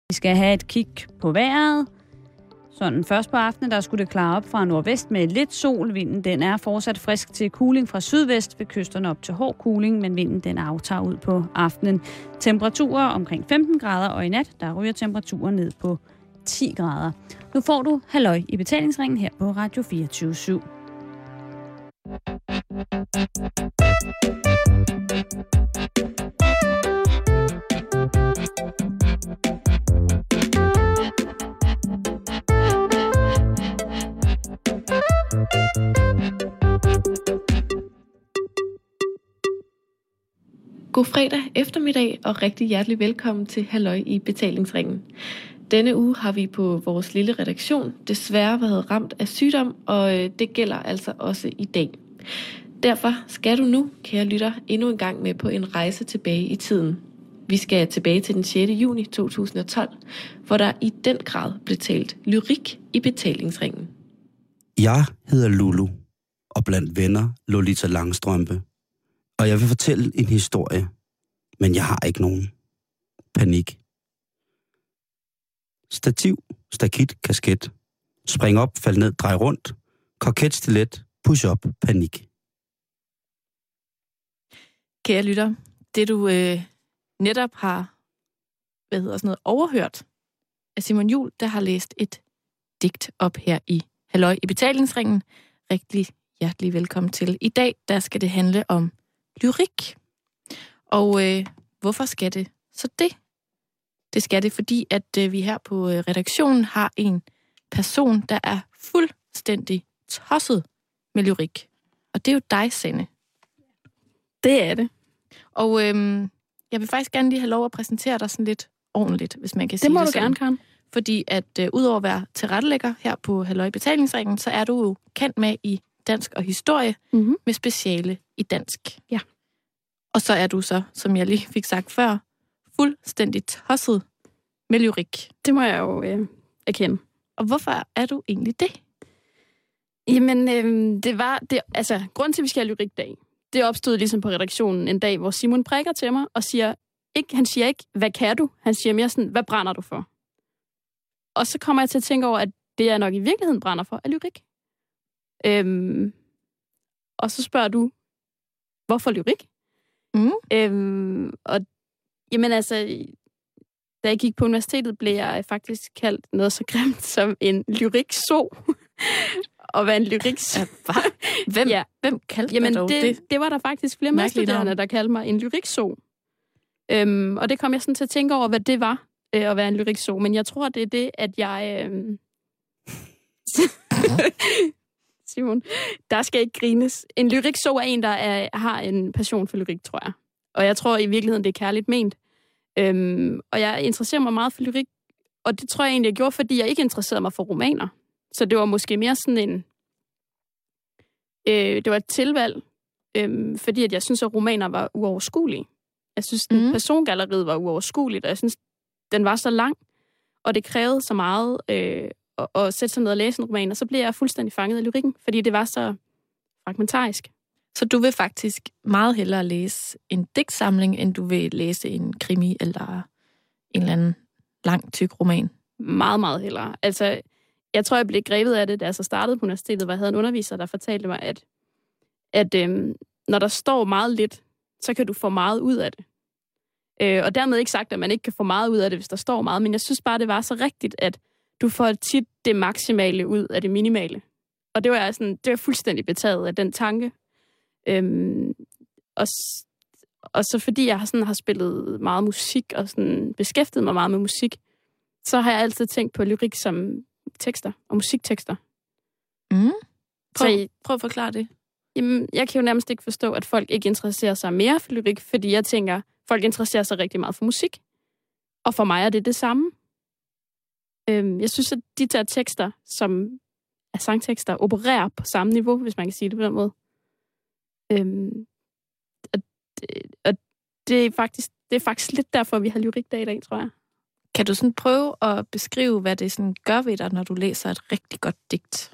Vi skal have et kig på vejret. Sådan først på aftenen, der skulle det klare op fra nordvest med lidt sol. Vinden den er fortsat frisk til kuling fra sydvest ved kysterne op til hård kuling, men vinden den aftager ud på aftenen. Temperaturer omkring 15 grader, og i nat der ryger temperaturen ned på 10 grader. Nu får du halløj i betalingsringen her på Radio 24/7. God fredag eftermiddag og rigtig hjertelig velkommen til halløj i betalingsringen. Denne uge har vi på vores lille redaktion desværre været ramt af sygdom, og det gælder altså også i dag. Derfor skal du nu, kære lytter, endnu en gang med på en rejse tilbage i tiden. Vi skal tilbage til den 6. juni 2012, hvor der i den grad blev talt lyrik i betalingsringen. Jeg hedder Lulu, og blandt venner Lolita Langstrømpe. Og jeg vil fortælle en historie, men jeg har ikke nogen. Panik. Stativ, stakit, kasket. Spring op, fald ned, drej rundt. Koket, stilet, push up, panik. Kære lytter, det du netop har overhørt af Simon Juhl, der har læst et digt op her i halløj i betalingsringen. Rigtig hjertelig velkommen til. I dag der skal det handle om lyrik. Og hvorfor skal det så det? Det skal det, fordi at vi her på redaktionen har en person, der er fuldstændig tosset med lyrik. Og det er jo dig, Sanne. Det er det. Og jeg vil faktisk gerne lige have lov at præsentere dig sådan lidt ordentligt, hvis man kan sige det. Det må du gerne, Karen. Fordi at udover at være tilrettelægger her på halløj i betalingsringen, så er du jo kendt med i dansk og historie med speciale i dansk. Ja. Og så er du så, som jeg lige fik sagt før, fuldstændig tosset med lyrik. Det må jeg jo erkende. Og hvorfor er du egentlig det? Jamen, grunden til, at vi skal have lyrikdag, det opstod ligesom på redaktionen en dag, hvor Simon prikker til mig og siger, han siger ikke, hvad kan du? Han siger mere sådan, hvad brænder du for? Og så kommer jeg til at tænke over, at det jeg nok i virkeligheden brænder for, er lyrik. Og så spørger du, hvorfor lyrik? Og jamen altså, da jeg gik på universitetet, blev jeg faktisk kaldt noget så grimt som en lyrikso. Og hvad en lyrikso? Hvem kaldte jamen, dig dog det? Det var der faktisk flere medstuderende, der kaldte mig en lyrikso. Og det kom jeg sådan til at tænke over, hvad det var at være en lyrikso. Men jeg tror, det er det, at jeg... Simon, der skal ikke grines. En lyrikso er en, der har en passion for lyrik, tror jeg. Og jeg tror i virkeligheden, det er kærligt ment. Og jeg interesserer mig meget for lyrik. Og det tror jeg egentlig, jeg gjorde, fordi jeg ikke interesserede mig for romaner. Så det var måske mere sådan en... det var et tilvalg, fordi at jeg synes, at romaner var uoverskuelige. Jeg synes, at persongalleriet var uoverskueligt, og jeg synes, den var så lang, og det krævede så meget at sætte sig ned og læse en roman, og så blev jeg fuldstændig fanget af lyrikken, fordi det var så fragmentarisk. Så du vil faktisk meget hellere læse en digtsamling, end du vil læse en krimi eller en eller anden lang, tyk roman? Meget, meget hellere. Altså, jeg tror, jeg blev grebet af det, da jeg så startede på universitetet, hvor jeg havde en underviser, der fortalte mig, at når der står meget lidt, så kan du få meget ud af det. Og dermed ikke sagt, at man ikke kan få meget ud af det, hvis der står meget, men jeg synes bare, det var så rigtigt, at du får tit det maksimale ud af det minimale. Og det var fuldstændig betaget af den tanke. Og så fordi jeg har spillet meget musik og sådan beskæftiget mig meget med musik, så har jeg altid tænkt på lyrik som tekster og musiktekster. Prøv at forklare det. Jamen, jeg kan jo nærmest ikke forstå, at folk ikke interesserer sig mere for lyrik, fordi jeg tænker, folk interesserer sig rigtig meget for musik. Og for mig er det det samme. Jeg synes, at de der tekster, som er sangtekster, opererer på samme niveau, hvis man kan sige det på den måde. Og det er faktisk lidt derfor, vi har lyrikdag i dag, tror jeg. Kan du sådan prøve at beskrive, hvad det sådan gør ved dig, når du læser et rigtig godt digt?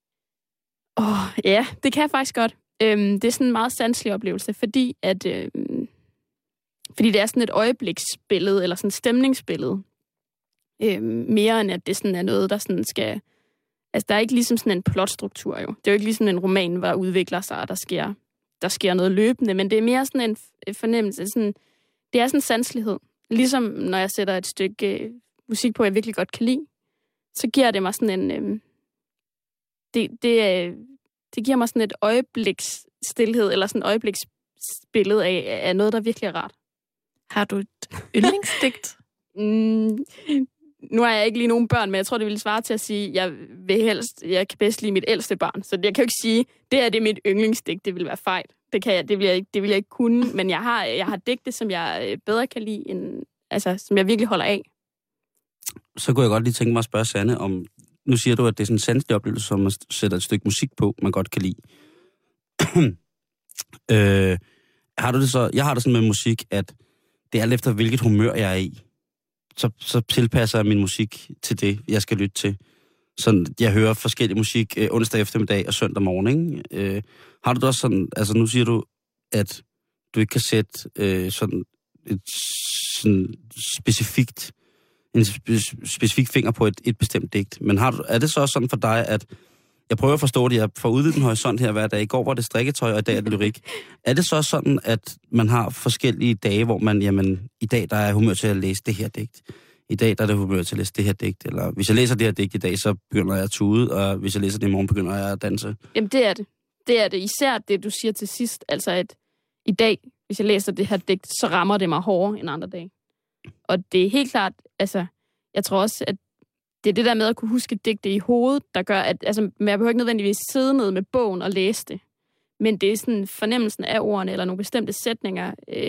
Ja, det kan jeg faktisk godt. Det er sådan en meget sanselig oplevelse, fordi det er sådan et øjebliksbillede, eller sådan et stemningsbillede. Mere end at det sådan er noget, der sådan skal... Altså, der er ikke ligesom sådan en plotstruktur, jo. Det er jo ikke ligesom en roman, hvor udvikler sig, og der sker noget løbende, men det er mere sådan en fornemmelse. Sådan, det er sådan en sanselighed. Ligesom når jeg sætter et stykke musik på, jeg virkelig godt kan lide, så giver det mig sådan en... Det giver mig sådan et øjebliks stilhed, eller sådan et øjebliksbillede af noget, der virkelig er rart. Har du et yndlingsdigt? Nu har jeg ikke lige nogen børn, men jeg tror, det ville svare til at sige, jeg kan bedst lide mit ældste barn. Så jeg kan jo ikke sige, det er mit yndlingsdigt, det vil være fejl. Det vil jeg ikke kunne, men jeg har digte, som jeg bedre kan lide, som jeg virkelig holder af. Så kunne jeg godt lige tænke mig at spørge Sanne om, nu siger du, at det er sådan en sanselig oplevelse, som man sætter et stykke musik på, man godt kan lide. Har du det så? Jeg har det sådan med musik, at det er alt efter, hvilket humør jeg er i. Så tilpasser jeg min musik til det, jeg skal lytte til. Så jeg hører forskellig musik onsdag eftermiddag og søndag morgen, ikke? Har du det også sådan, altså nu siger du, at du ikke kan sætte sådan et sådan specifikt, en specifik finger på et bestemt digt. Men er det så også sådan for dig, at jeg prøver at forstå det, jeg får udvidet en horisont her hver dag. I går var det strikketøj, og i dag er det lyrik. Er det så sådan, at man har forskellige dage, hvor man, jamen, i dag der er humør til at læse det her digt. I dag der er det humør til at læse det her digt. Eller hvis jeg læser det her digt i dag, så begynder jeg at tude, og hvis jeg læser det i morgen, begynder jeg at danse. Jamen det er det. Det er det. Især det, du siger til sidst. Altså at i dag, hvis jeg læser det her digt, så rammer det mig hårdere end andre dage. Og det er helt klart, altså, jeg tror også, at det er det der med at kunne huske digte i hovedet, der gør, at altså, jeg behøver ikke nødvendigvis sidde ned med bogen og læse det. Men det er sådan fornemmelsen af ordene, eller nogle bestemte sætninger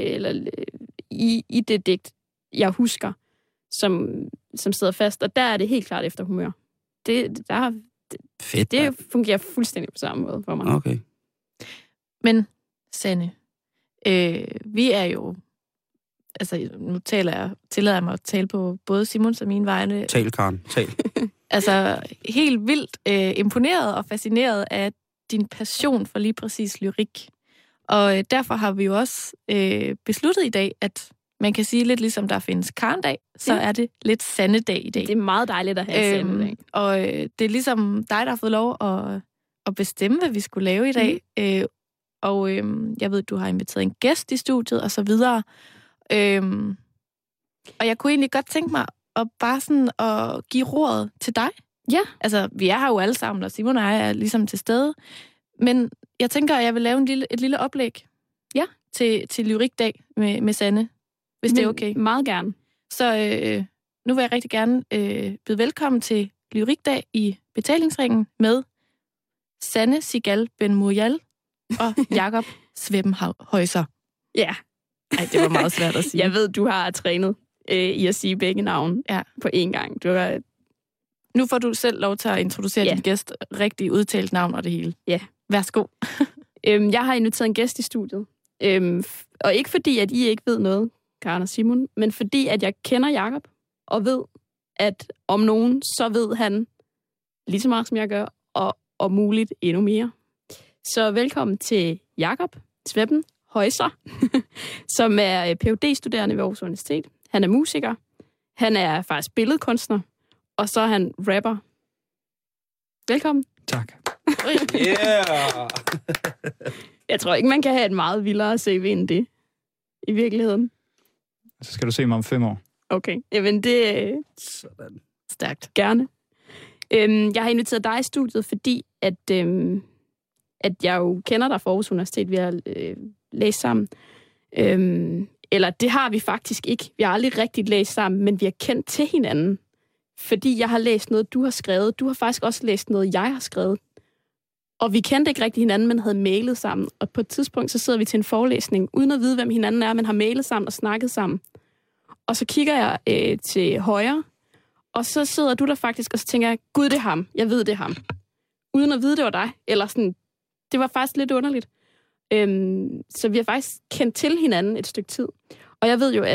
i det digt, jeg husker, som sidder fast. Og der er det helt klart efter humør. Fedt, det fungerer fuldstændig på samme måde for mig. Okay. Men, Sanne, vi er jo... Altså, nu tillader jeg mig at tale på både Simons og mine vegne. Tal, Karen. Tal. Altså, helt vildt imponeret og fascineret af din passion for lige præcis lyrik. Og derfor har vi jo også besluttet i dag, at man kan sige lidt ligesom der findes Karendag, så er det lidt Sanne-dag i dag. Det er meget dejligt at have Sanne-dag. Og det er ligesom dig, der har fået lov at bestemme, hvad vi skulle lave i dag. Jeg ved, du har inviteret en gæst i studiet og så videre. Og jeg kunne egentlig godt tænke mig at bare sådan at give rådet til dig. Ja. Altså, vi er her jo alle sammen, og Simon og jeg er ligesom til stede. Men jeg tænker, at jeg vil lave et lille oplæg til Lyrikdag med Sanne, hvis det er okay. Meget gerne. Så nu vil jeg rigtig gerne byde velkommen til Lyrikdag i Betalingsringen med Sanne Sigal Ben Muriel og Jakob Svebenhøjser. Ja. Ej, det var meget svært at sige. Jeg ved, du har trænet i at sige begge navne på én gang. Nu får du selv lov til at introducere din gæst rigtig udtalt navn og det hele. Ja. Værsgo. Jeg har inviteret en gæst i studiet. Og ikke fordi, at I ikke ved noget, Karen og Simon, men fordi, at jeg kender Jakob og ved, at om nogen, så ved han lige så meget, som jeg gør, og muligt endnu mere. Så velkommen til Jakob Svebenhøjser, som er Ph.D.-studerende ved Aarhus Universitet. Han er musiker. Han er faktisk billedkunstner. Og så er han rapper. Velkommen. Tak. Yeah! Jeg tror ikke, man kan have et meget vildere CV end det. I virkeligheden. Så skal du se mig om 5 år. Okay. Jamen det er stærkt. Gerne. Jeg har inviteret dig i studiet, fordi at jeg jo kender dig fra Aarhus Universitet. Vi har læst sammen. Eller det har vi faktisk ikke. Vi har aldrig rigtig læst sammen, men vi har kendt til hinanden. Fordi jeg har læst noget, du har skrevet. Du har faktisk også læst noget, jeg har skrevet. Og vi kendte ikke rigtig hinanden, men havde mailet sammen. Og på et tidspunkt, så sidder vi til en forelæsning, uden at vide, hvem hinanden er, men har mailet sammen og snakket sammen. Og så kigger jeg til højre, og så sidder du der faktisk, og så tænker jeg, gud, det er ham. Jeg ved, det er ham. Uden at vide, det var dig. Eller sådan, det var faktisk lidt underligt. Så vi har faktisk kendt til hinanden et stykke tid. Og jeg ved jo,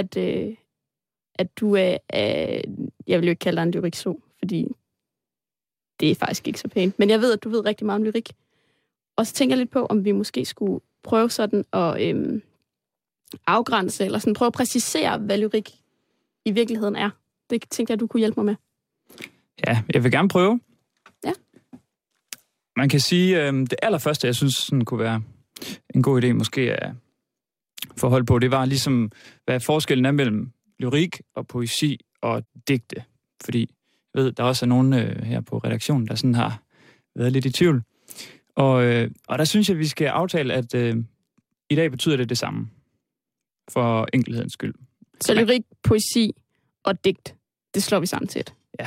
at du er... jeg vil jo ikke kalde dig en lyrikso, fordi det er faktisk ikke så pænt. Men jeg ved, at du ved rigtig meget om lyrik. Og så tænker jeg lidt på, om vi måske skulle prøve sådan at afgrænse, eller sådan prøve at præcisere, hvad lyrik i virkeligheden er. Det tænkte jeg, du kunne hjælpe mig med. Ja, jeg vil gerne prøve. Ja. Man kan sige, det allerførste, jeg synes sådan kunne være en god idé, måske at forhold på, det var ligesom, hvad forskellen er mellem lyrik og poesi og digte. Fordi jeg ved, der også er nogen her på redaktionen, der sådan har været lidt i tvivl. Og der synes jeg, vi skal aftale, at i dag betyder det samme. For enkelhedens skyld. Så lyrik, poesi og digt, det slår vi sammen til et. Ja.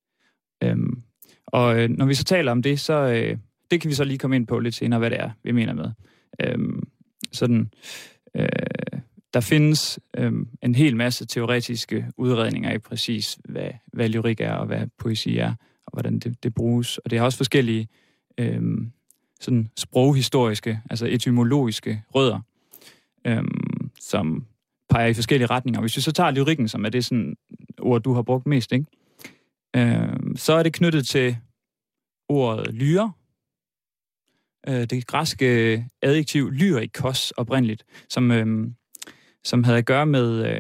Og når vi så taler om det, så det kan vi så lige komme ind på lidt senere, hvad det er, vi mener med. Der findes en hel masse teoretiske udredninger af præcis, hvad lyrik er, og hvad poesi er, og hvordan det bruges. Og det har også forskellige sådan sproghistoriske, altså etymologiske rødder, som peger i forskellige retninger. Hvis vi så tager lyrikken, som er det sådan ord, du har brugt mest, ikke? Så er det knyttet til ordet lyre. Det græske adjektiv lyrikos oprindeligt, som havde at gøre med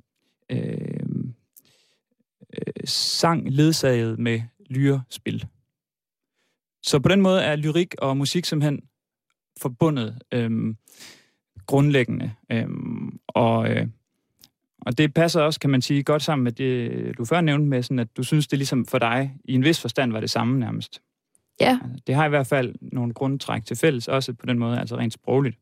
sang ledsaget med lyrespil. Så på den måde er lyrik og musik simpelthen forbundet grundlæggende. Og det passer også, kan man sige, godt sammen med det, du før nævnte med, sådan at du synes, det ligesom for dig i en vis forstand var det samme nærmest. Ja. Det har i hvert fald nogle grundtræk til fælles, også på den måde, altså rent sprogligt.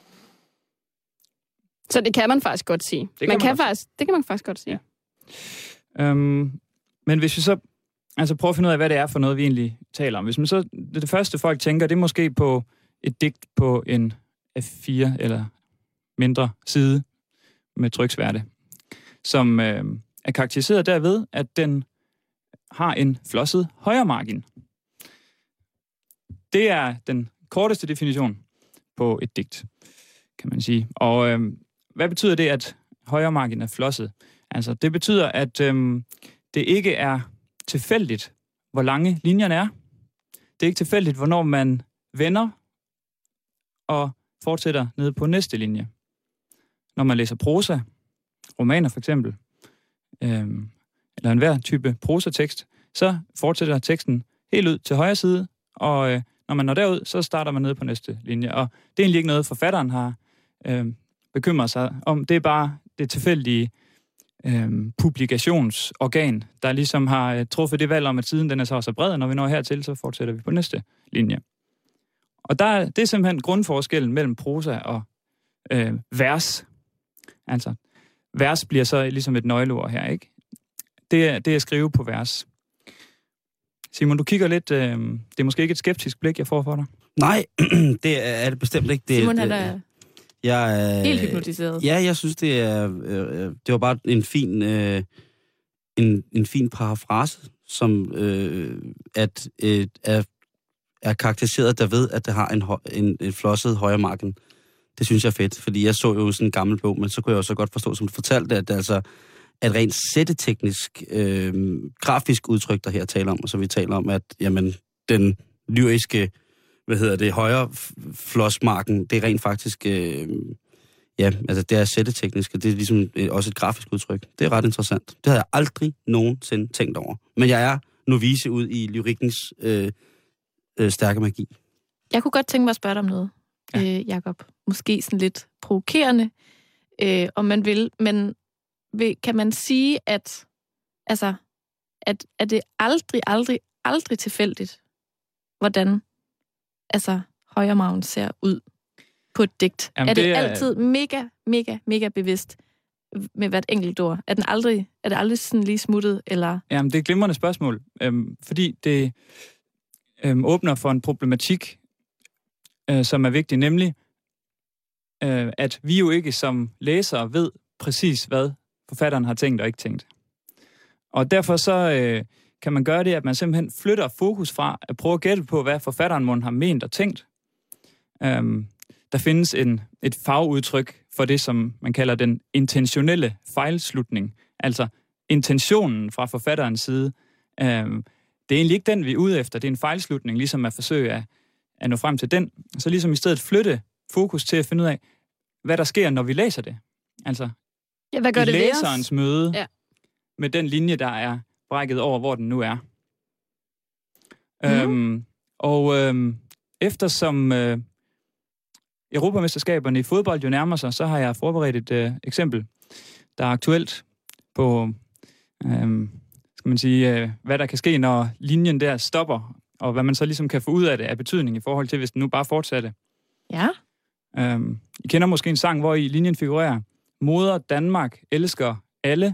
Så det kan man faktisk godt sige. Det kan man faktisk godt sige. Ja. Men hvis vi så prøver at finde ud af, hvad det er for noget, vi egentlig taler om. Hvis man så, det første folk tænker, det er måske på et digt på en A4 eller mindre side med tryksværte, som er karakteriseret derved, at den har en flosset højremargin. Det er den korteste definition på et digt, kan man sige. Og hvad betyder det, at højremargin er flosset? Altså, det betyder, at det ikke er tilfældigt, hvor lange linjerne er. Det er ikke tilfældigt, hvornår man vender og fortsætter ned på næste linje. Når man læser prosa, romaner for eksempel, eller enhver type prosatekst, så fortsætter teksten helt ud til højre side, og når man når derud, så starter man ned på næste linje. Og det er egentlig ikke noget, forfatteren har bekymret sig om. Det er bare det tilfældige publikationsorgan, der ligesom har truffet det valg om, at siden den er så bred, og når vi når hertil, så fortsætter vi på næste linje. Og det er simpelthen grundforskellen mellem prosa og vers. Altså, vers bliver så ligesom et nøgleord her, ikke? Det er at skrive på vers. Simon, du kigger lidt, det er måske ikke et skeptisk blik, jeg får for dig. Nej, det er det bestemt ikke. Simon, han er helt hypnotiseret. Ja, jeg synes, det var bare en fin, en fin parafrase, som er karakteriseret derved, at det har en flosset højremargin. Det synes jeg er fedt, fordi jeg så jo sådan en gammel bog, men så kunne jeg også godt forstå, som du fortalte, at det altså er et rent sætteteknisk, grafisk udtryk, der her taler om, og så vi taler om, at jamen, den lyriske, højre flosmarken, det er rent faktisk, det er sætteteknisk, og det er ligesom også et grafisk udtryk. Det er ret interessant. Det havde jeg aldrig nogensinde tænkt over. Men jeg er novice ud i lyrikkens stærke magi. Jeg kunne godt tænke mig at spørge dig om noget, Jakob. Måske sådan lidt provokerende, om man vil, men kan man sige, at det aldrig tilfældigt, hvordan højremargen ser ud på et digt? Jamen, er det altid mega bevidst med hvert enkelt ord? Er det aldrig sådan lige smuttet? Eller? Jamen, det er et glimrende spørgsmål, fordi det åbner for en problematik, som er vigtig, nemlig, at vi jo ikke som læsere ved præcis, hvad forfatteren har tænkt og ikke tænkt. Og derfor så kan man gøre det, at man simpelthen flytter fokus fra at prøve at gætte på, hvad forfatteren må har ment og tænkt. Der findes et fagudtryk for det, som man kalder den intentionelle fejlslutning. Altså intentionen fra forfatterens side. Det er egentlig ikke den, vi er ude efter. Det er en fejlslutning, ligesom at forsøge at nå frem til den. Så ligesom i stedet flytte fokus til at finde ud af, hvad der sker, når vi læser det. Altså, hvad gør i det læserens møde med den linje, der er brækket over, hvor den nu er. Eftersom Europamesterskaberne i fodbold jo nærmer sig, så har jeg forberedt et eksempel, der er aktuelt på, skal man sige, hvad der kan ske, når linjen der stopper, og hvad man så ligesom kan få ud af det af betydning i forhold til, hvis den nu bare fortsatte. Ja. I kender måske en sang, hvor i linjen figurerer: Moder Danmark elsker alle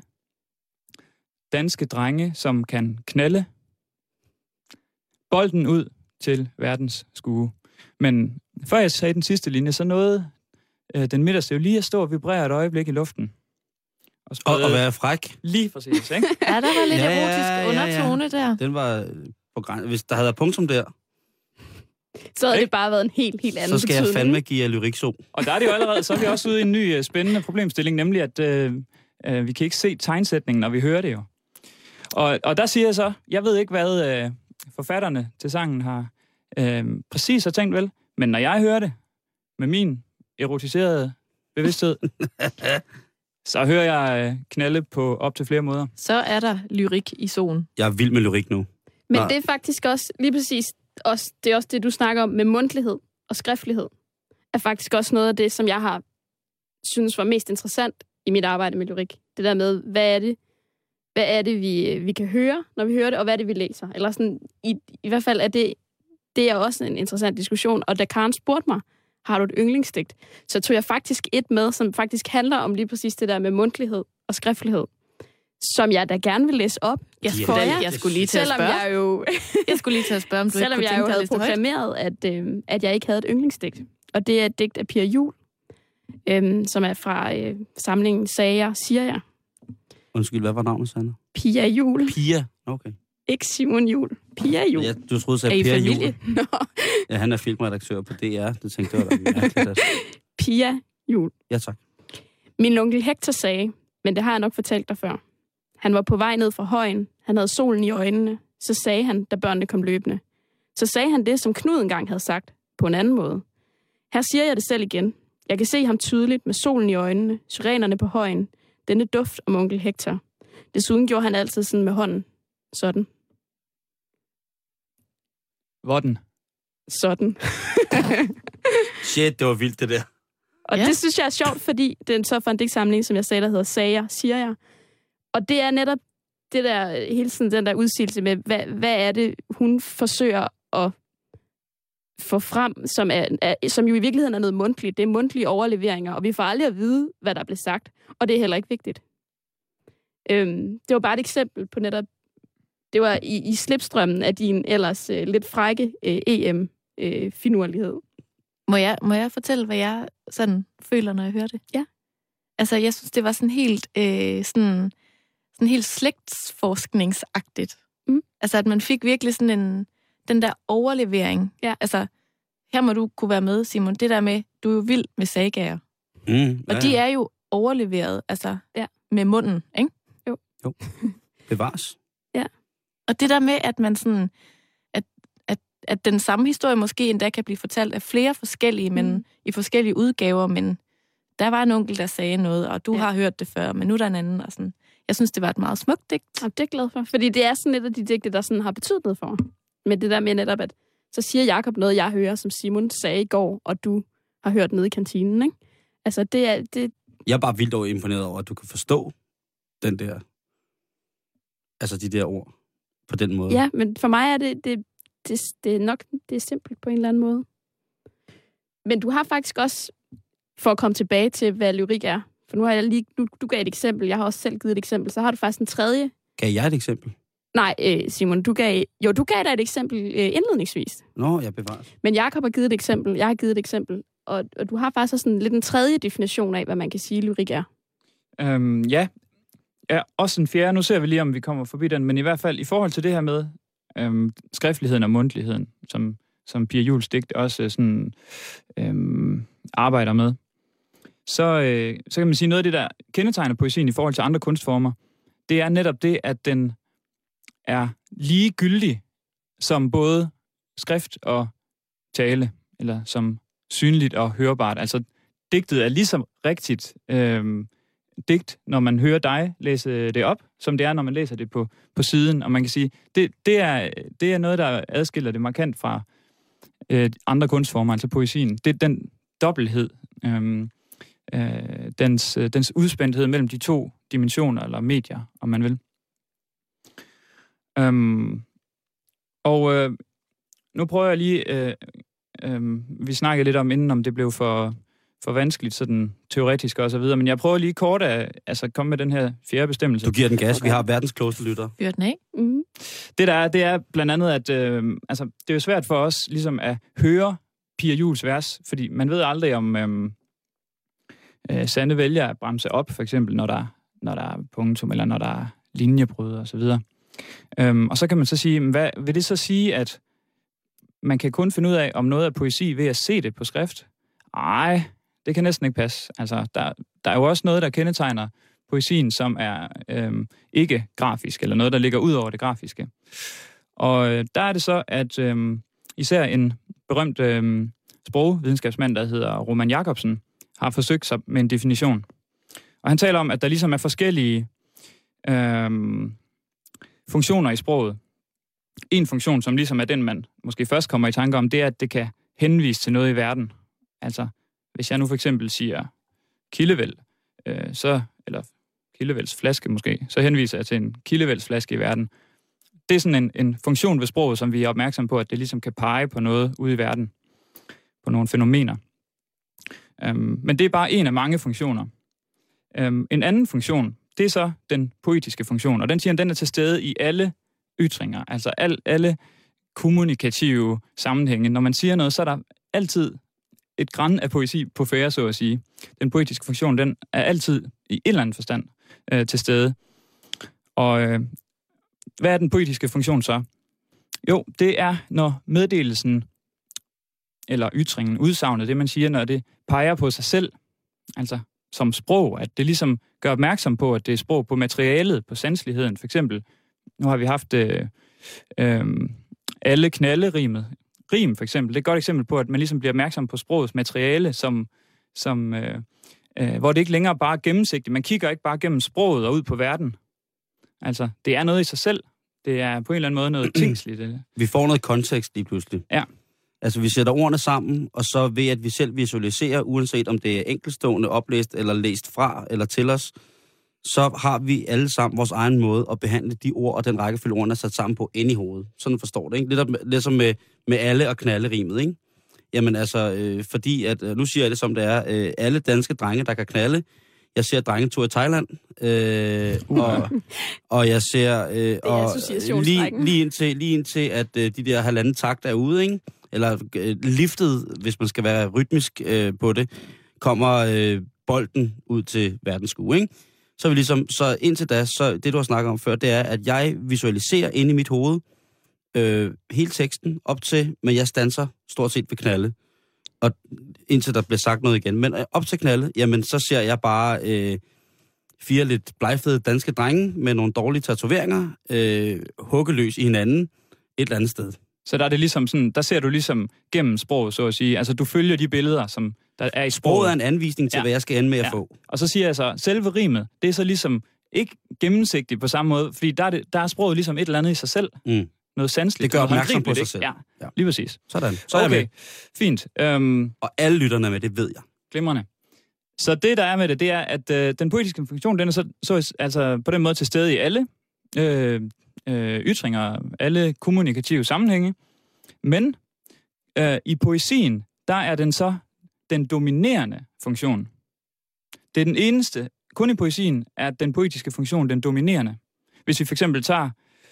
danske drenge, som kan knalde. Bolden ud til verdens skue. Men før jeg sagde den sidste linje, så nåede den midterste jo lige at stå og vibrere et øjeblik i luften. Og være fræk. Lige præcis, ikke? Ja, der var lidt erotisk undertone der. Den var på grænsen. Hvis der havde været punktum der, så havde det bare været en helt anden betydning. Så skal jeg fandme give jer lyrikso. Og der er det jo allerede, så er vi også ude i en ny spændende problemstilling, nemlig at vi kan ikke se tegnsætningen, når vi hører det jo. Og der siger jeg så, jeg ved ikke, hvad forfatterne til sangen har præcis har tænkt vel, men når jeg hører det med min erotiserede bevidsthed, så hører jeg knalde på op til flere måder. Så er der lyrik i zonen. Jeg er vild med lyrik nu. Men det er faktisk også lige præcis også, det er også det, du snakker om med mundtlighed og skriftlighed, er faktisk også noget af det, som jeg har synes var mest interessant i mit arbejde med lyrik. Det der med, hvad er det vi kan høre, når vi hører det, og hvad er det, vi læser. Eller sådan, i hvert fald er det er også en interessant diskussion. Og da Karen spurgte mig, har du et yndlingsdigt, så tog jeg faktisk et med, som faktisk handler om lige præcis det der med mundtlighed og skriftlighed, som jeg da gerne vil læse op. Jeg skulle lige til at spørge. Jeg skulle lige til at spørge, om du selvom ikke kunne jeg jo havde proklameret, at jeg ikke havde et yndlingsdigt. Og det er et digt af Pia Juul, som er fra samlingen Sager, siger jeg. Undskyld, hvad var navnet, Sanne? Pia Juul. Pia, okay. Ikke Simon Juul. Pia Juul. Ja, du troede, at Pia Juul. Ja, han er filmredaktør på DR. Det tænkte jeg, var mærkeligt. Altså. Pia Juul. Ja, tak. Min onkel Hector sagde, men det har jeg nok fortalt dig før. Han var på vej ned fra højen. Han havde solen i øjnene. Så sagde han, da børnene kom løbende. Så sagde han det, som Knud engang havde sagt, på en anden måde. Her siger jeg det selv igen. Jeg kan se ham tydeligt med solen i øjnene, syrenerne på højen, denne duft om onkel Hector. Desuden gjorde han altid sådan med hånden. Sådan. Hvordan? Sådan. Shit, det var vildt, det der. Og det synes jeg er sjovt, fordi det er så for en digtsamling, som jeg sagde, der hedder Sager, siger jeg. Og det er netop det der, hele tiden den der udsigelse med, hvad er det, hun forsøger at få frem, som jo i virkeligheden er noget mundtligt. Det er mundtlige overleveringer, og vi får aldrig at vide, hvad der blev sagt. Og det er heller ikke vigtigt. Det var bare et eksempel på netop, det var i slipstrømmen af din ellers lidt frække EM-finurlighed. Må jeg fortælle, hvad jeg sådan føler, når jeg hører det? Ja. Altså, jeg synes, det var sådan helt, sådan helt slægtsforskningsagtigt. Altså, at man fik virkelig sådan den der overlevering. Ja. Altså, her må du kunne være med, Simon. Det der med, du er jo vild med sagaer. Og de er jo overleveret, altså, med munden, ikke? Jo. Bevares. Ja. Og det der med, at man sådan, at den samme historie måske endda kan blive fortalt af flere forskellige, men i forskellige udgaver, men der var en onkel, der sagde noget, og du har hørt det før, men nu er der en anden, og sådan. Jeg synes, det var et meget smukt digt. Og det er glad for, fordi det er sådan et af de digte, der sådan har betydet noget for mig. Men det der med netop, at så siger Jakob noget, jeg hører, som Simon sagde i går, og du har hørt nede i kantinen, ikke? Altså, det er... Jeg er bare vildt imponeret over, at du kan forstå den der... Altså, de der ord på den måde. Ja, men for mig er det er nok det er simpelt på en eller anden måde. Men du har faktisk også, for at komme tilbage til, hvad lyrik er, for nu har jeg lige... Du gav et eksempel, jeg har også selv givet et eksempel, så har du faktisk en tredje... Gav jeg et eksempel? Nej, Simon, du gav dig et eksempel indledningsvis. Nå, jeg bevares. Men Jakob har givet et eksempel, jeg har givet et eksempel, og du har faktisk sådan lidt en tredje definition af, hvad man kan sige, lyrik er. Ja, også en fjerde. Nu ser vi lige, om vi kommer forbi den, men i hvert fald i forhold til det her med skriftligheden og mundtligheden, som Pia Juuls digt også sådan, arbejder med, så kan man sige, noget af det, der kendetegner poesien i forhold til andre kunstformer, det er netop det, at den er ligegyldig som både skrift og tale, eller som synligt og hørbart. Altså, digtet er ligesom rigtigt digt, når man hører dig læse det op, som det er, når man læser det på siden. Og man kan sige, det er noget, der adskiller det markant fra andre kunstformer, altså poesien. Det er den dobbelthed, dens udspændthed mellem de to dimensioner, eller medier, om man vil. Nu prøver jeg lige... vi snakkede lidt om inden, om det blev for vanskeligt, sådan teoretisk og så videre, men jeg prøver lige kort at komme med den her fjerde bestemmelse. Du giver den gas, vi har verdens klogeste lytter. Fyr den af. Mm-hmm. Det er blandt andet, at det er jo svært for os ligesom at høre Pia Juels vers, fordi man ved aldrig om Sande vælger at bremse op, for eksempel, når der er punktum, eller når der er linjebrud og så videre. Og så kan man så sige, hvad vil det så sige, at man kan kun finde ud af, om noget er poesi ved at se det på skrift? Nej, det kan næsten ikke passe. Altså, der er jo også noget, der kendetegner poesien, som er ikke grafisk, eller noget, der ligger ud over det grafiske. Og der er det så, at især en berømt sprogvidenskabsmand, der hedder Roman Jakobsen, har forsøgt sig med en definition. Og han taler om, at der ligesom er forskellige funktioner i sproget. En funktion, som ligesom er den, man måske først kommer i tanke om, det er, at det kan henvise til noget i verden. Altså, hvis jeg nu for eksempel siger kildevæld, eller kildevælds flaske måske, så henviser jeg til en kildevælds flaske i verden. Det er sådan en funktion ved sproget, som vi er opmærksom på, at det ligesom kan pege på noget ude i verden, på nogle fænomener. Men det er bare en af mange funktioner. En anden funktion, det er så den poetiske funktion, og den siger, den er til stede i alle ytringer, altså alle kommunikative sammenhænge. Når man siger noget, så er der altid et gran af poesi på færre, så at sige. Den poetiske funktion, den er altid i en eller anden forstand til stede. Og hvad er den poetiske funktion så? Jo, det er, når meddelelsen, eller ytringen, udsagnet, det man siger, når det peger på sig selv, altså som sprog, at det ligesom gør opmærksom på, at det er sprog på materialet, på sanseligheden. For eksempel, nu har vi haft alle knalderimet. Rim, for eksempel. Det er et godt eksempel på, at man ligesom bliver opmærksom på sprogets materiale, hvor det ikke længere bare er gennemsigtigt. Man kigger ikke bare gennem sproget og ud på verden. Altså, det er noget i sig selv. Det er på en eller anden måde noget tingsligt. Vi får noget kontekst lige pludselig. Ja. Altså, vi sætter ordene sammen, og så ved, at vi selv visualiserer, uanset om det er enkeltstående, oplæst eller læst fra eller til os, så har vi alle sammen vores egen måde at behandle de ord og den rækkefølge, ordene er sat sammen på inde i hovedet. Sådan forstår det, ikke? Lidt som med alle og knalderimet, ikke? Jamen altså, fordi at, nu siger jeg det som det er, alle danske drenge, der kan knalde. Jeg ser drengetur i Thailand, og jeg ser lige indtil at de der halvanden takt er ude, ikke? Eller liftet, hvis man skal være rytmisk på det, kommer bolden ud til verdenskue, ikke? Så vi ligesom, så indtil da, så det du har snakket om før, det er, at jeg visualiserer inde i mit hoved hele teksten op til, men jeg standser stort set ved knalde. Og indtil der bliver sagt noget igen. Men op til knalde, jamen så ser jeg bare 4 lidt blegfede danske drenge med nogle dårlige tatoveringer, huggeløs i hinanden et eller andet sted. Så der er det ligesom sådan, der ser du ligesom gennem sproget, så at sige. Altså du følger de billeder, som der er i sproget. Sproget er en anvisning til, hvad jeg skal ende med at få. Og så siger jeg så, selve rimet, det er så ligesom ikke gennemsigtigt på samme måde, fordi der er sproget ligesom et eller andet i sig selv. Mm. Noget sanseligt. Det gør opmærksom på sig selv. Ja, lige præcis. Sådan. Så er jeg med. Fint. Og alle lytterne med, det ved jeg. Glimrende. Så det, der er med det, det er, at den poetiske funktion, den er så altså på den måde til stede i alle ytringer, alle kommunikative sammenhænge. Men i poesien, der er den så den dominerende funktion. Det er den eneste, kun i poesien er den poetiske funktion den dominerende. Hvis vi for eksempel tager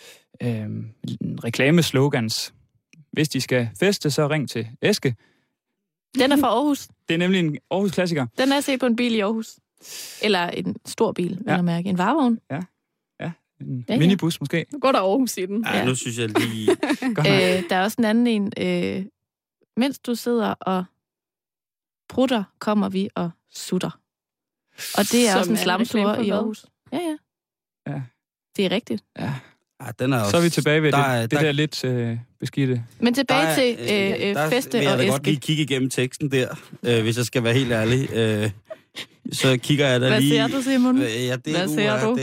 reklameslogans. Hvis de skal feste, så ring til Eske. Den er fra Aarhus. Det er nemlig en Aarhus-klassiker. Den er at se på en bil i Aarhus. Eller en stor bil, vil jeg mærke. En varevogn. Ja. En minibus måske. Nu går der Aarhus i den. Ja, nu synes jeg lige... Der er også en anden en. Mens du sidder og prutter, kommer vi og sutter. Og det er også en slamtur i Aarhus. Ja. Det er rigtigt. Ja, den er også... Så er vi tilbage ved det der lidt beskidte. Men tilbage til Feste og Eske. Jeg vil godt lige kigge igennem teksten der, hvis jeg skal være helt ærlig. så kigger jeg da Hvad lige... ser du, Simon? Ja, det Hvad ser du?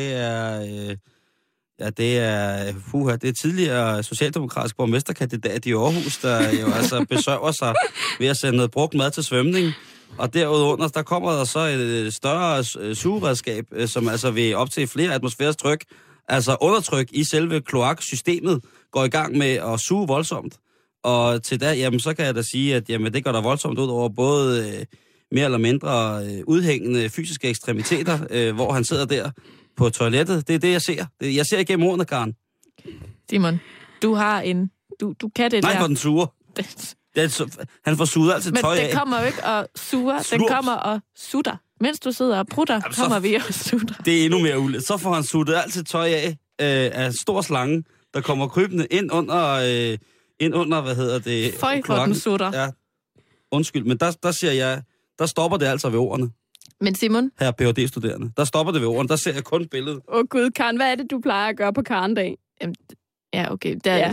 Det er tidligere socialdemokratisk borgmesterkandidat i Aarhus, der jo altså besøger sig ved at sende noget brugt mad til svømning. Og derudover, der kommer der så et større sugeredskab, som altså vil op til flere atmosfæres tryk, altså undertryk i selve kloaksystemet, går i gang med at suge voldsomt. Og til da, jamen, så kan jeg da sige, at jamen, det går der voldsomt ud over både mere eller mindre udhængende fysiske ekstremiteter, hvor han sidder der på toilettet. Det er det, jeg ser. Jeg ser igennem ordene, Karen. Simon, du har en... Du kan det Nej, der. hvor den suger. Han får suget altid tøj af. Men det kommer jo ikke og suger. Slurp. Den kommer og sutter. Mens du sidder og prutter, jamen, kommer vi og sutter. Det er endnu mere ulet. Så får han suttet altid tøj af stor slange, der kommer krybende ind under hvad hedder det? Føj for den sutter. Ja. Undskyld, men der siger jeg, der stopper det altså ved ordene. Men Simon? Her Ph.D.-studerende. Der stopper det ved ordene. Der ser jeg kun billedet. Gud, Karen, hvad er det, du plejer at gøre på Karendag? Ja, okay.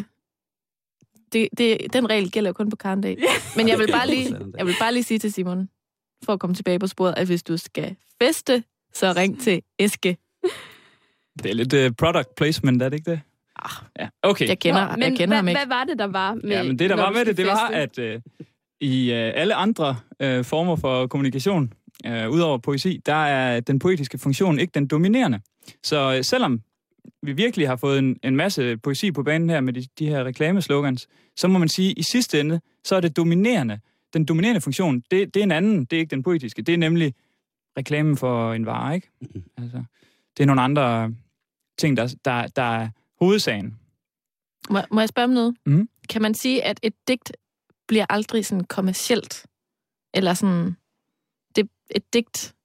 Den regel gælder jo kun på Karendag. Men jeg vil bare lige sige til Simon, for at komme tilbage på sporet, at hvis du skal feste, så ring til Eske. Det er lidt product placement, er det ikke det? Ja, okay. Jeg kender ham ikke. Hvad var det, der var med... Ja, men det, der var med det var, at i alle andre former for kommunikation, udover poesi, der er den poetiske funktion ikke den dominerende. Så selvom vi virkelig har fået en masse poesi på banen her med de her reklameslogans, så må man sige, at i sidste ende, så er det dominerende. Den dominerende funktion, det er en anden, det er ikke den poetiske. Det er nemlig reklamen for en vare, ikke? Altså, det er nogle andre ting, der er hovedsagen. Må jeg spørge om noget? Mm. Kan man sige, at et digt bliver aldrig sådan kommercielt? Eller sådan... Et digt...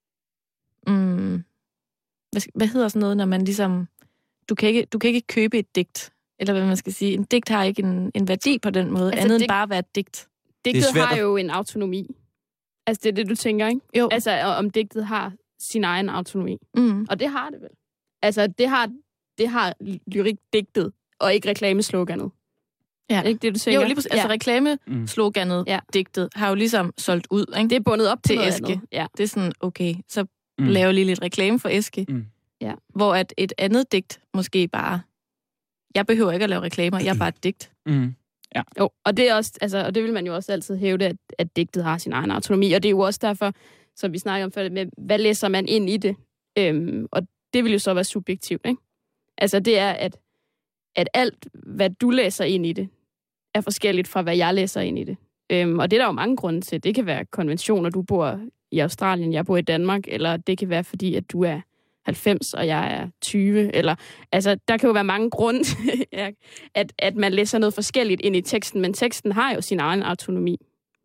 Hvad hedder sådan noget, når man ligesom... Du kan ikke købe et digt. Eller hvad man skal sige. En digt har ikke en værdi på den måde, altså andet end bare at være et digt. Digtet har jo en autonomi. Altså, det er det, du tænker, ikke? Jo. Altså, om digtet har sin egen autonomi. Mm. Og det har det vel. Altså, det har lyrik digtet, og ikke reklamesloganet. Ja. Ikke det, du tænker? Jo, lige præcis. Altså, reklamesloganet, digtet, har jo ligesom solgt ud, ikke? Det er bundet op til noget Eske. andet. Ja. Det er sådan, okay, så laver lige lidt reklame for Eske. Mm. Ja. Hvor at et andet digt måske bare... Jeg behøver ikke at lave reklamer, jeg er bare et digt. Mm. Ja. Jo, og det er også, altså, og det vil man jo også altid hævde, at digtet har sin egen autonomi, og det er jo også derfor, som vi snakker om før, med, hvad læser man ind i det? Og det vil jo så være subjektivt, ikke? Altså, det er, at alt, hvad du læser ind i det, er forskelligt fra, hvad jeg læser ind i det. Og det er der jo mange grunde til. Det kan være konventioner, du bor i Australien, jeg bor i Danmark, eller det kan være, fordi at du er 90, og jeg er 20, eller... Altså, der kan jo være mange grunde til, at man læser noget forskelligt ind i teksten, men teksten har jo sin egen autonomi.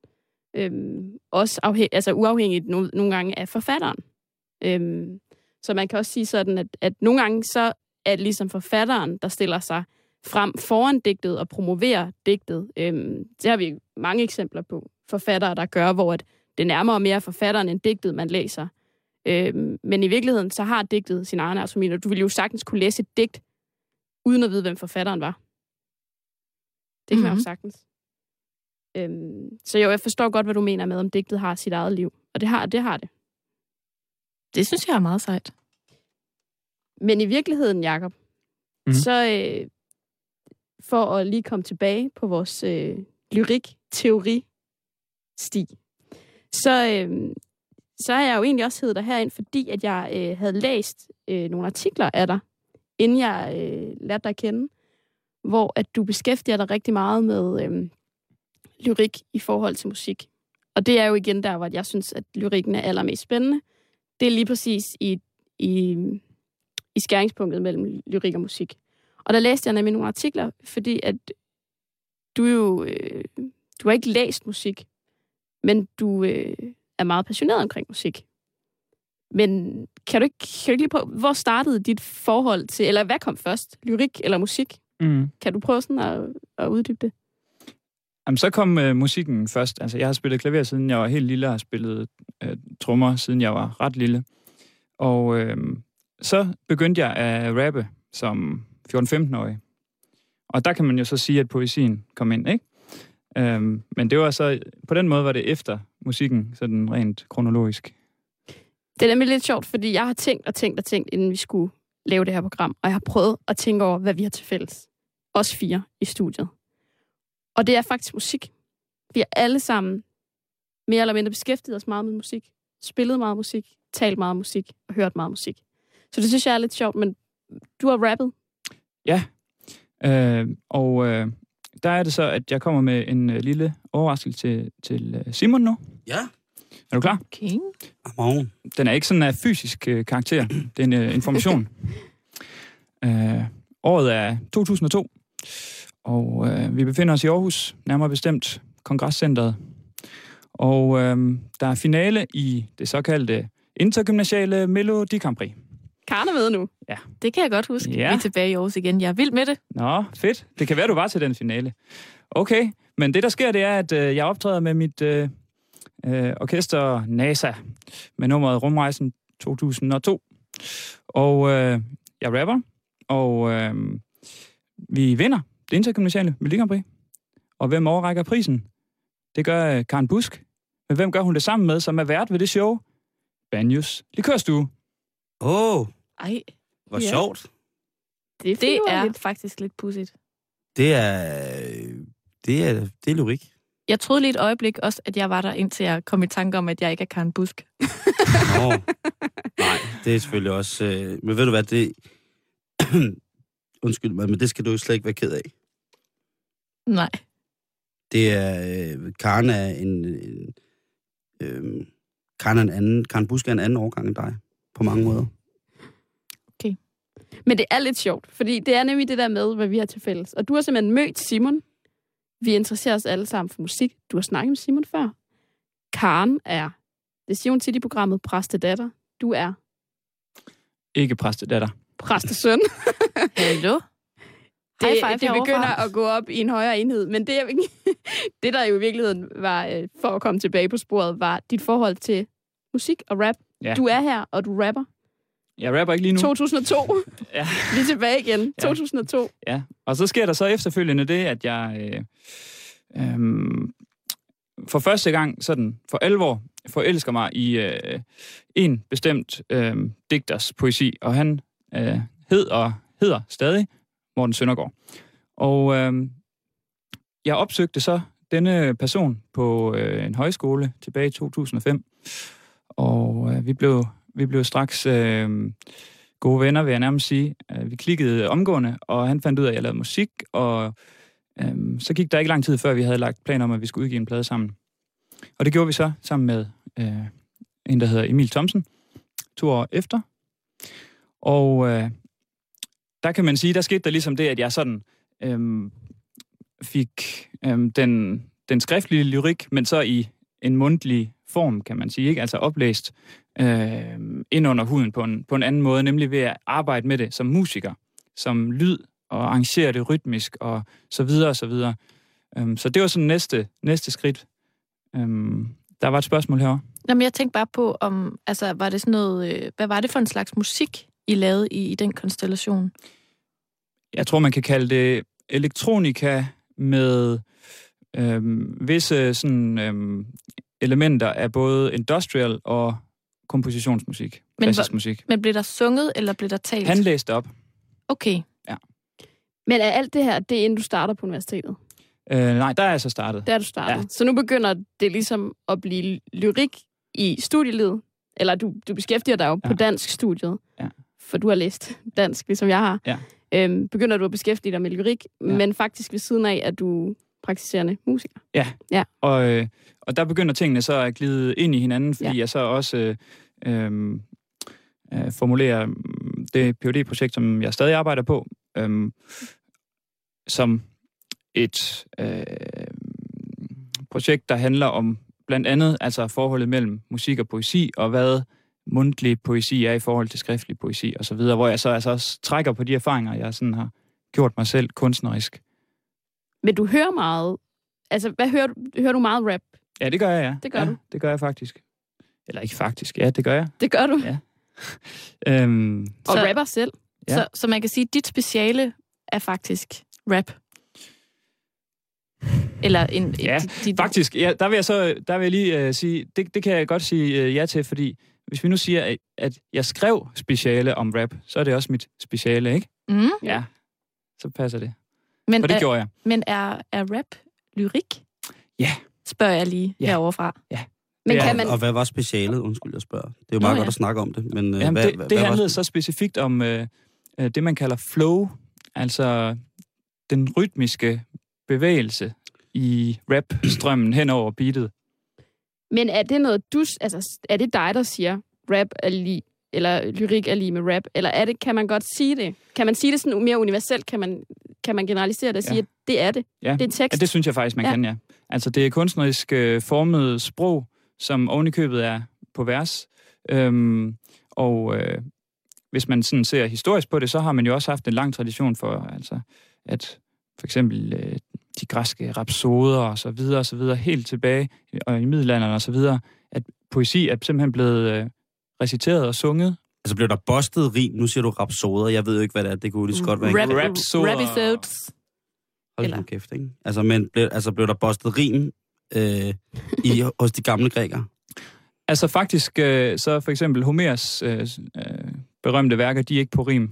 Også uafhængigt nogle gange af forfatteren. Så man kan også sige sådan, at nogle gange så er det ligesom forfatteren, der stiller sig frem foran digtet og promoverer digtet. Det har vi mange eksempler på forfattere, der gør, hvor det nærmere mere forfatteren end digtet, man læser. Men i virkeligheden, så har digtet sin egen autonomi, og du ville jo sagtens kunne læse et digt, uden at vide, hvem forfatteren var. Det kan man jo sagtens. Så jo, jeg forstår godt, hvad du mener med, om digtet har sit eget liv. Og det har det. Det synes jeg er meget sejt. Men i virkeligheden, Jakob, så for at lige komme tilbage på vores lyrik-teori-sti, så har jeg jo egentlig også heddet dig herind, fordi at jeg havde læst nogle artikler af dig, inden jeg lærte dig at kende, hvor at du beskæftiger dig rigtig meget med lyrik i forhold til musik. Og det er jo igen der, hvor jeg synes, at lyrikken er allermest spændende. Det er lige præcis i skæringspunktet mellem lyrik og musik. Og der læste jeg nemlig nogle artikler, fordi at du har ikke læst musik, men du er meget passioneret omkring musik. Men kan du ikke lige prøve, hvor startede dit forhold til, eller hvad kom først, lyrik eller musik? Kan du prøve sådan at uddybe det? Jamen, så kom musikken først. Altså, jeg har spillet klaver, siden jeg var helt lille, og har spillet trommer, siden jeg var ret lille. Og så begyndte jeg at rappe som 14-15-årig. Og der kan man jo så sige, at poesien kom ind, ikke? Men det var så, på den måde var det efter musikken, sådan rent kronologisk. Det er nemlig lidt sjovt, fordi jeg har tænkt, inden vi skulle lave det her program, og jeg har prøvet at tænke over, hvad vi har til fælles. Os 4 i studiet. Og det er faktisk musik. Vi har alle sammen mere eller mindre beskæftiget os meget med musik, spillet meget musik, talt meget musik og hørt meget musik. Så det synes jeg er lidt sjovt, men du har rappet. Ja, der er det så, at jeg kommer med en lille overraskelse til Simon nu. Ja. Er du klar? Okay. Den er ikke sådan af fysisk karakter. Det er en information. Året er 2002, og vi befinder os i Aarhus, nærmere bestemt Kongresscentret. Og der er finale i det såkaldte intergymnasiale Melodi Grand Prix. Karne med nu. Ja. Det kan jeg godt huske. Ja. Vi er tilbage i Aarhus igen. Jeg er vild med det. Nå, fedt. Det kan være, du var til den finale. Okay, men det der sker, det er, at jeg optræder med mit orkester NASA med nummeret Rumrejsen 2002. Og jeg rapper, og vi vinder det intergymnasiale Melodi Grand Prix. Og hvem overrækker prisen? Det gør Karen Busk. Men hvem gør hun det sammen med, som er vært ved det show? Banjos Likørstue. Ej, Hvor sjovt. det er faktisk lidt pudsigt. Det er lyrik. Jeg troede lige et øjeblik også, at jeg var der, indtil jeg kom i tanke om, at jeg ikke er Karen Busk. Nå. Nej, det er selvfølgelig også... men ved du hvad, det... Undskyld mig, men det skal du jo slet ikke være ked af. Nej. Det er... Karen er Karen Busk er en anden årgang end dig. På mange måder. Okay. Men det er lidt sjovt, fordi det er nemlig det der med, hvad vi har til fælles. Og du har simpelthen mødt Simon. Vi interesserer os alle sammen for musik. Du har snakket med Simon før. Karen er, det siger hun tit i programmet, præstedatter. Du er... Ikke præstedatter. Præstesøn. Hallo? Det begynder at gå op i en højere enhed, men det der jo i virkeligheden var, for at komme tilbage på sporet, var dit forhold til musik og rap. Ja. Du er her, og du rapper. Jeg rapper ikke lige nu. 2002. Ja. Vi er tilbage igen. Ja. 2002. Ja, og så sker der så efterfølgende det, at jeg for første gang sådan for alvor forelsker mig i en bestemt digters poesi, og han hedder stadig Morten Søndergaard. Og jeg opsøgte så denne person på en højskole tilbage i 2005, og vi blev straks gode venner, vil jeg nærmest sige. Vi klikkede omgående, og han fandt ud af, at jeg lavede musik, og så gik der ikke lang tid, før vi havde lagt planer om, at vi skulle udgive en plade sammen. Og det gjorde vi så sammen med en, der hedder Emil Thomsen, 2 år efter. Og der kan man sige, der skete der ligesom det, at jeg sådan fik den skriftlige lyrik, men så i en mundtlig form, kan man sige, ikke? Altså oplæst ind under huden på en anden måde, nemlig ved at arbejde med det som musiker, som lyd, og arrangere det rytmisk, og så videre, og så videre. Så det var sådan næste skridt. Der var et spørgsmål herovre. Jamen, jeg tænkte bare på, var det sådan noget, hvad var det for en slags musik, I lavede i den konstellation? Jeg tror, man kan kalde det elektronika med visse sådan, elementer af både industrial og kompositionsmusik, klassisk musik. Men blev der sunget, eller blev der talt? Han læste op. Okay. Ja. Men er alt det her, det er inden du starter på universitetet? Nej, der er jeg så startet. Der er du startet. Ja. Ja. Så nu begynder det ligesom at blive lyrik i studielivet, eller du beskæftiger dig jo på dansk studiet, for du har læst dansk, ligesom jeg har. Ja. Begynder du at beskæftige dig med lyrik, men faktisk ved siden af, at du praktiserende musiker. Ja. Og der begynder tingene så at glide ind i hinanden, fordi jeg så også formulerer det PhD-projekt, som jeg stadig arbejder på, som et projekt, der handler om blandt andet altså forholdet mellem musik og poesi, og hvad mundtlig poesi er i forhold til skriftlig poesi og så videre, hvor jeg så altså også trækker på de erfaringer, jeg sådan har gjort mig selv kunstnerisk. Men du hører meget, altså hvad hører du meget rap? Ja, det gør jeg, ja. Det gør du? Det gør jeg faktisk. Eller ikke faktisk, ja, det gør jeg. Det gør du? Ja. Og rapper selv? Ja. Så man kan sige, at dit speciale er faktisk rap? Eller faktisk. Ja, der vil jeg lige sige, det kan jeg godt sige ja til, fordi hvis vi nu siger, at jeg skrev speciale om rap, så er det også mit speciale, ikke? Mm. Ja, så passer det. Men For det gjorde jeg. Men er rap lyrik? Ja. Spørger jeg lige heroverfra. Ja. Men kan man... Og hvad var specialet? Undskyld, jeg spørger. Det er jo meget godt at snakke om det. Men, Jamen, det handlede så specifikt om det, man kalder flow, altså den rytmiske bevægelse i rap-strømmen hen over beatet. Men er det noget, er det dig, der siger, rap er lige, eller lyrik er lige med rap, eller kan man godt sige det? Kan man sige det sådan mere universelt? Kan man generalisere det og sige, at det er det? Ja. Det er tekst? Ja, det synes jeg faktisk, man kan, ja. Altså, det er kunstnerisk formet sprog, som ovenikøbet er på vers. Hvis man sådan ser historisk på det, så har man jo også haft en lang tradition for, altså, at for eksempel de græske rapsoder og så videre, helt tilbage og i middelalderen og så videre, at poesi er simpelthen blevet reciteret og sunget. Altså blev der bustet rim? Nu siger du rapsoder. Jeg ved jo ikke, hvad det er. Det kunne lige så godt være. Rapisodes. Hold nu kæft, ikke? Altså, blev der bustet rim hos de gamle grækere? Altså faktisk, så for eksempel Homers berømte værker, de er ikke på rim.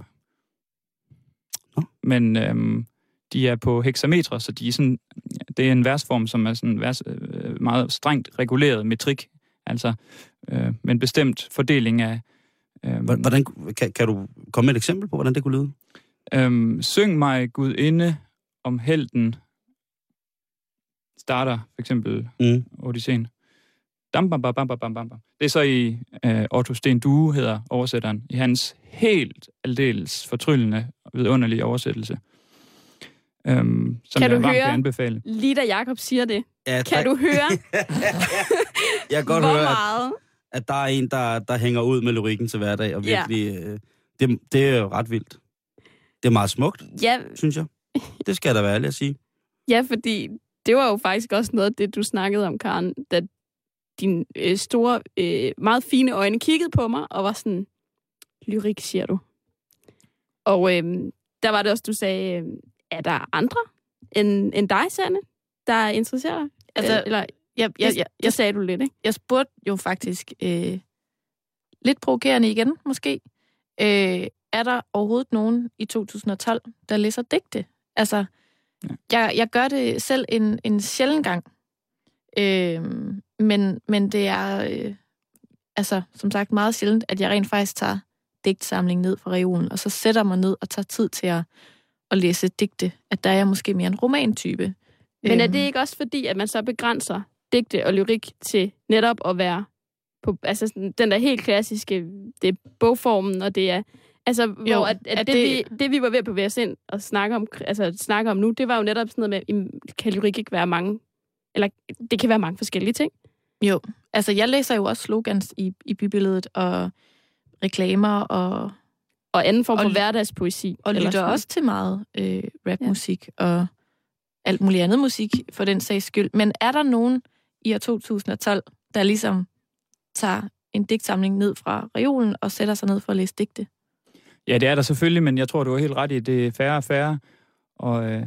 Men de er på hexametre, så de er sådan, det er en versform, som er sådan meget strengt reguleret metrik, altså med en bestemt fordeling af... Hvordan, kan du komme med et eksempel på, hvordan det kunne lyde? Syng mig, Gudinde, om helten starter for eksempel Odysseen. Dam, bam, bam, bam, bam, bam. Det er så i Otto Sten Due, hedder oversætteren, i hans helt aldeles fortryllende og vidunderlige oversættelse. Som kan du høre, anbefale. Lige da Jacob siger det, ja, kan du høre, jeg kan godt høre, at der er en, der hænger ud med lyrikken til hverdag, og virkelig, det er jo ret vildt. Det er meget smukt, synes jeg. Det skal der være ærlig at sige. Ja, fordi det var jo faktisk også noget af det, du snakkede om, Karen, da dine store, meget fine øjne kiggede på mig, og var sådan, lyrik, siger du. Og der var det også, du sagde, er der andre end dig, Sanne, der interesserer dig? Altså, eller, jeg sagde du lidt, ikke? Jeg spurgte jo faktisk lidt provokerende igen, måske. Er der overhovedet nogen i 2012, der læser digte? Altså, jeg gør det selv en sjælden gang. Men det er, som sagt, meget sjældent, at jeg rent faktisk tager digtsamling ned fra reolen, og så sætter mig ned og tager tid til at læse digte. At der er jeg måske mere en romantype. Men er det ikke også fordi, at man så begrænser digte og lyrik til netop at være på, altså den der helt klassiske, det er bogformen, og det er, altså, hvor at det, vi var ved at bevæge os ind og snakke om nu, det var jo netop sådan noget med, kan lyrik ikke være mange, eller det kan være mange forskellige ting. Jo, altså jeg læser jo også slogans i bybilledet, og reklamer, og anden form for hverdagspoesi. Og lytter også til meget rapmusik, og alt muligt andet musik, for den sags skyld. Men er der nogen i år 2012, der ligesom tager en digtsamling ned fra reolen og sætter sig ned for at læse digte? Ja, det er der selvfølgelig, men jeg tror, du er helt ret i, det er færre og færre. Og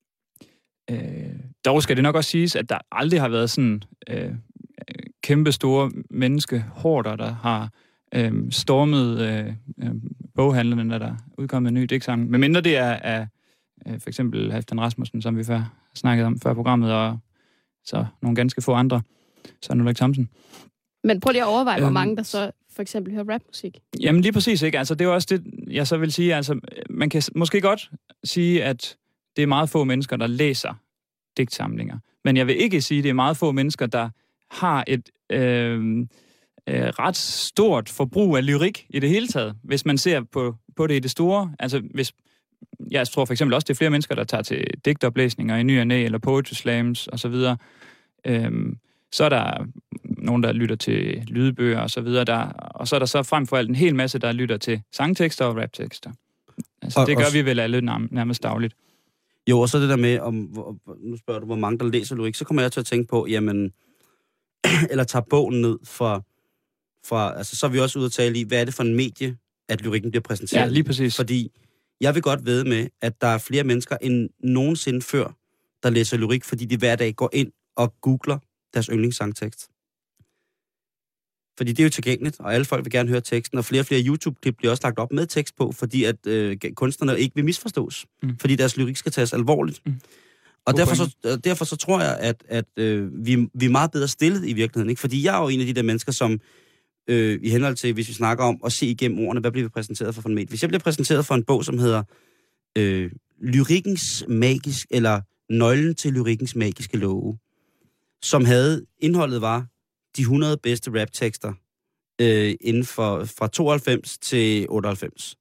dog skal det nok også siges, at der aldrig har været sådan kæmpe store menneskehorder, der har stormet boghandlerne, når der udkommet en ny digtsamling. Men mindre det er af for eksempel Halfdan Rasmussen, som vi før snakkede om før programmet, og så nogle ganske få andre. Søren Ulrik Thomsen. Men prøv lige at overveje, hvor mange der så for eksempel hører rapmusik. Jamen lige præcis, ikke? Altså det er også det, jeg så vil sige. Altså man kan måske godt sige, at det er meget få mennesker, der læser digtsamlinger. Men jeg vil ikke sige, at det er meget få mennesker, der har et ret stort forbrug af lyrik i det hele taget, hvis man ser på det i det store. Altså jeg tror for eksempel også, det er flere mennesker, der tager til digtoplæsninger i ny og næ, eller poetry slams og så videre. Så er der nogen, der lytter til lydbøger og så videre. Og så er der så frem for alt en hel masse, der lytter til sangtekster og raptekster. Altså det gør vi vel alle nærmest dagligt. Jo, og så det der med, nu spørger du, hvor mange der læser lyrik, så kommer jeg til at tænke på, jamen, eller tager bogen ned fra altså så er vi også ude at tale i, hvad er det for en medie, at lyrikken bliver præsenteret? Ja, lige præcis. Fordi jeg vil godt vædde med, at der er flere mennesker end nogensinde før, der læser lyrik, fordi de hver dag går ind og googler deres yndlingssangtekst. Fordi det er jo tilgængeligt, og alle folk vil gerne høre teksten, og flere og flere YouTube-klip bliver også lagt op med tekst på, fordi at kunstnerne ikke vil misforstås, fordi deres lyrik skal tages alvorligt. Og derfor så tror jeg, at vi er meget bedre stillet i virkeligheden, ikke? Fordi jeg er jo en af de der mennesker, som i henhold til, hvis vi snakker om at se igennem ordene, hvad bliver vi præsenteret for format? Hvis jeg bliver præsenteret for en bog, som hedder Lyrikkens magisk, eller Nøglen til lyrikkens magiske love, som havde, indholdet var de 100 bedste raptekster inden for fra 92 til 98.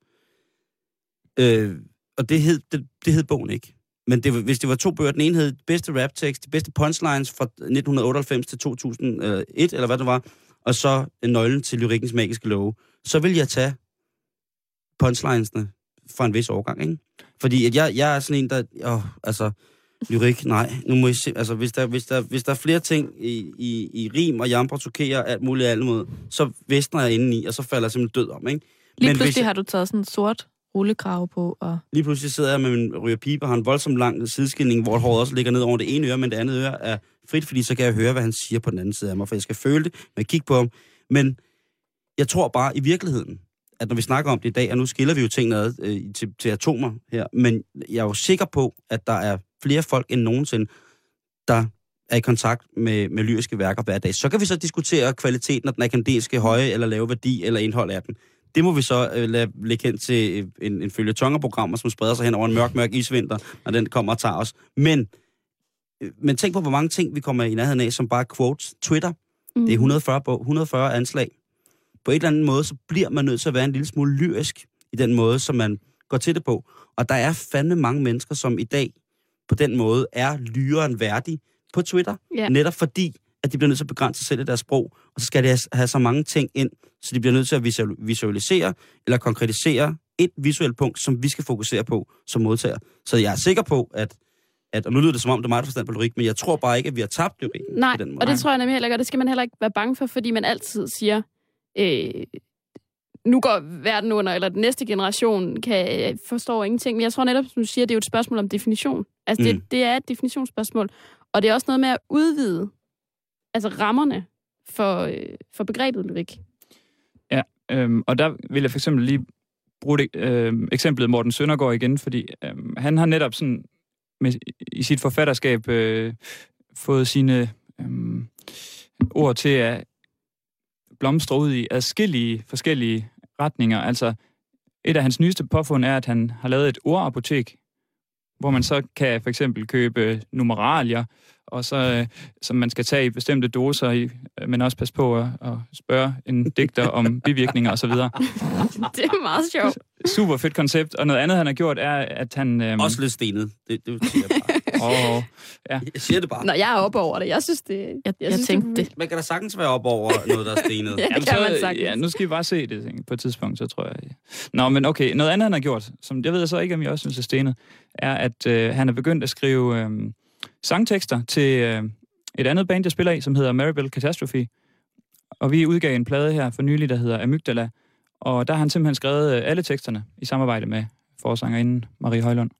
Og det hed bogen ikke. Men hvis det var 2 bøger, den ene hed bedste raptekst, de bedste punchlines fra 1998 til 2001, eller hvad det var, og så Nøglen til lyrikkens magiske love, så vil jeg tage punchlinesene fra en vis årgang, ikke? Fordi at jeg er sådan en, der... lyrik, nej. Nu må I se... Altså, hvis der er flere ting i rim og jamper, tokerer, alt muligt alt mod, så væsner jeg indeni, og så falder jeg simpelthen død om, ikke? Lige pludselig har du taget sådan en sort rullekrave på, og... Lige pludselig sidder jeg med min rygerpibe og har en voldsom lang sideskilning, hvor håret også ligger ned over det ene øre, men det andet øre er frit, fordi så kan jeg høre, hvad han siger på den anden side af mig, for jeg skal føle det, når jeg kigger på ham. Men jeg tror bare i virkeligheden, at når vi snakker om det i dag, og nu skiller vi jo tingene ad til atomer her, men jeg er jo sikker på, at der er flere folk end nogensinde, der er i kontakt med lyriske værker hver dag. Så kan vi så diskutere kvaliteten af den akademiske høje eller lave værdi eller indhold af den. Det må vi så lægge hen til en føljetongerprogrammer, som spreder sig hen over en mørk isvinter, når den kommer og tager os. Men tænk på, hvor mange ting vi kommer i nærheden af, som bare quotes. Twitter, det er 140 anslag. På et eller andet måde, så bliver man nødt til at være en lille smule lyrisk i den måde, som man går til det på. Og der er fandme mange mennesker, som i dag på den måde er lyren værdig på Twitter. Yeah. Netop fordi, at de bliver nødt til at begrænse sig selv i deres sprog. Og så skal de have så mange ting ind, så de bliver nødt til at visualisere eller konkretisere et visuelt punkt, som vi skal fokusere på som modtager. Så jeg er sikker på, at og nu lyder det som om, det er meget forstand på lyrik, men jeg tror bare ikke, at vi har tabt lyrikken på den måde. Og det tror jeg nemlig heller ikke, og det skal man heller ikke være bange for, fordi man altid siger, nu går verden under, eller den næste generation forstår ingenting. Men jeg tror netop, som du siger, det er jo et spørgsmål om definition. Altså, det er et definitionsspørgsmål. Og det er også noget med at udvide rammerne for begrebet lyrik. Ja, og der vil jeg for eksempel lige bruge eksemplet Morten Søndergaard igen, fordi han har netop sådan i sit forfatterskab fået sine ord til at blomstre ud i adskillige forskellige retninger. Altså, et af hans nyeste påfund er, at han har lavet et ordapotek, hvor man så kan for eksempel købe numeralier, og så som man skal tage i bestemte doser i, men også passe på at spørge en digter om bivirkninger osv. Det er meget sjovt. Super fedt koncept. Og noget andet, han har gjort, er, at han... Også lidt stenet. Det siger jeg bare. Ja. Jeg siger det bare. Nå, jeg er oppe over det. Jeg synes, det... Jeg tænkte det. Man kan da sagtens være oppe over noget, der er stenet. Ja, kan man sagtens. Ja, nu skal vi bare se det på et tidspunkt, så tror jeg. Ja. Nå, men okay. Noget andet, han har gjort, som jeg ved så ikke, om jeg også synes er stenet, er, at han er begyndt at skrive sangtekster til et andet band, jeg spiller i, som hedder Maribel Catastrophe. Og vi udgav en plade her for nylig, der hedder Amygdala. Og der har han simpelthen skrevet alle teksterne i samarbejde med forsangerinden Marie Højlund.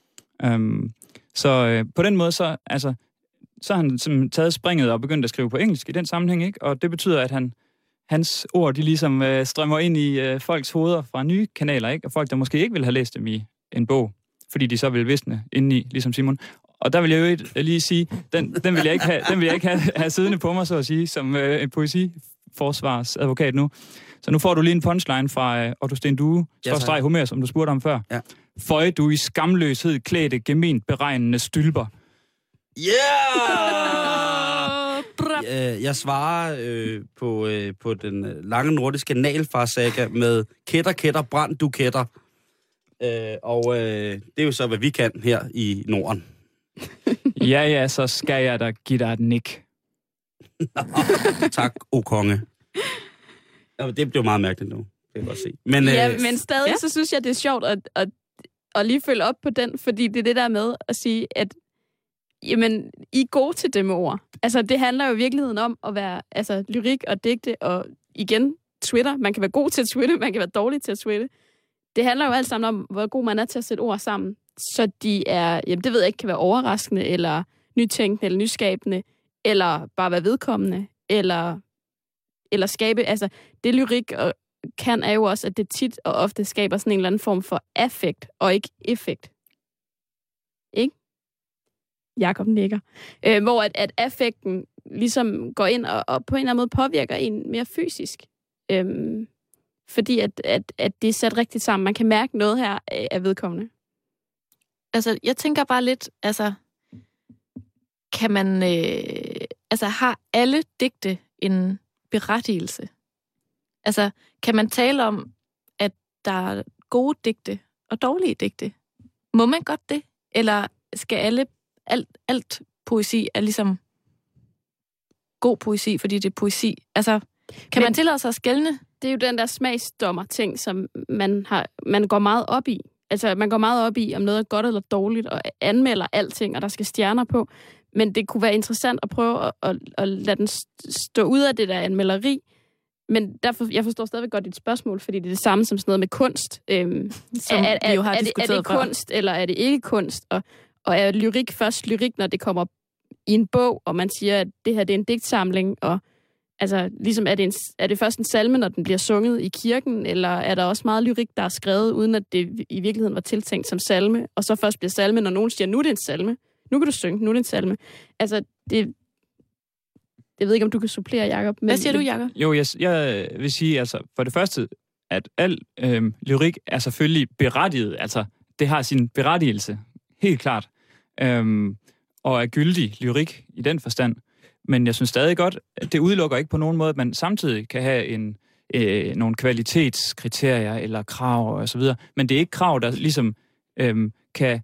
Så på den måde, så har han taget springet og begyndt at skrive på engelsk i den sammenhæng, ikke? Og det betyder, at hans ord, de ligesom strømmer ind i folks hoveder fra nye kanaler, ikke? Og folk, der måske ikke vil have læst dem i en bog, fordi de så vil visne indeni, ligesom Simon. Og der vil jeg jo lige sige, den vil jeg ikke have siddende på mig, så at sige, som en poesiforsvarsadvokat nu. Så nu får du lige en punchline fra Otto Sten Due, / Homer, som du spurgte om før. Ja. Føj du i skamløshed klædte, gement beregnende stylper. Yeah! Jeg svarer på den lange nordiske analfarsaga med kætter, brand, du kætter. Og det er jo så, hvad vi kan her i Norden. Ja, så skal jeg da give dig et nik. Tak, o konge. Det blev meget mærkeligt nu, det kan jeg godt se. Men stadig så synes jeg, det er sjovt at lige følge op på den, fordi det er det der med at sige, at jamen, I er gode til det med ord. Altså, det handler jo i virkeligheden om at være lyrik og digte, og igen, Twitter. Man kan være god til at twitte, man kan være dårlig til at twitte. Det handler jo alt sammen om, hvor god man er til at sætte ord sammen, så de er, jamen det ved jeg ikke, kan være overraskende, eller nytænkende, eller nyskabende, eller bare være vedkommende, eller eller skabe, altså det lyrik kan er jo også, at det tit og ofte skaber sådan en eller anden form for affekt, og ikke effekt. Ikke? Jakob nikker. Hvor at affekten ligesom går ind og på en eller anden måde påvirker en mere fysisk. Fordi at det er sat rigtigt sammen. Man kan mærke noget her af vedkommende. Altså, jeg tænker bare lidt, altså, kan man, har alle digte en berettigelse? Altså, kan man tale om, at der er gode digte og dårlige digte? Må man godt det? Eller skal alt poesi er ligesom god poesi, fordi det er poesi? Altså, kan man tillade sig at skelne? Det er jo den der smagsdommer-ting, som man går meget op i. Altså, man går meget op i, om noget er godt eller dårligt, og anmelder alting, og der skal stjerner på. Men det kunne være interessant at prøve at lade den stå ud af det der anmelderi. Men derfor, jeg forstår stadigvæk godt dit spørgsmål, fordi det er det samme som sådan noget med kunst. Som vi jo har diskuteret er det kunst, eller er det ikke kunst? Og er lyrik først lyrik, når det kommer i en bog, og man siger, at det her det er en digtsamling, og altså, ligesom er det først en salme, når den bliver sunget i kirken, eller er der også meget lyrik, der er skrevet, uden at det i virkeligheden var tiltænkt som salme, og så først bliver salme, når nogen siger, nu er det en salme, nu kan du synge, nu er det en salme. Altså, jeg ved ikke, om du kan supplere, Jakob. Hvad siger du, Jakob? Jo, jeg vil sige, altså, for det første, at al lyrik er selvfølgelig berettiget, altså, det har sin berettigelse, helt klart, og er gyldig lyrik i den forstand. Men jeg synes stadig godt, at det udelukker ikke på nogen måde, at man samtidig kan have nogle kvalitetskriterier eller krav og så videre. Men det er ikke krav, der ligesom kan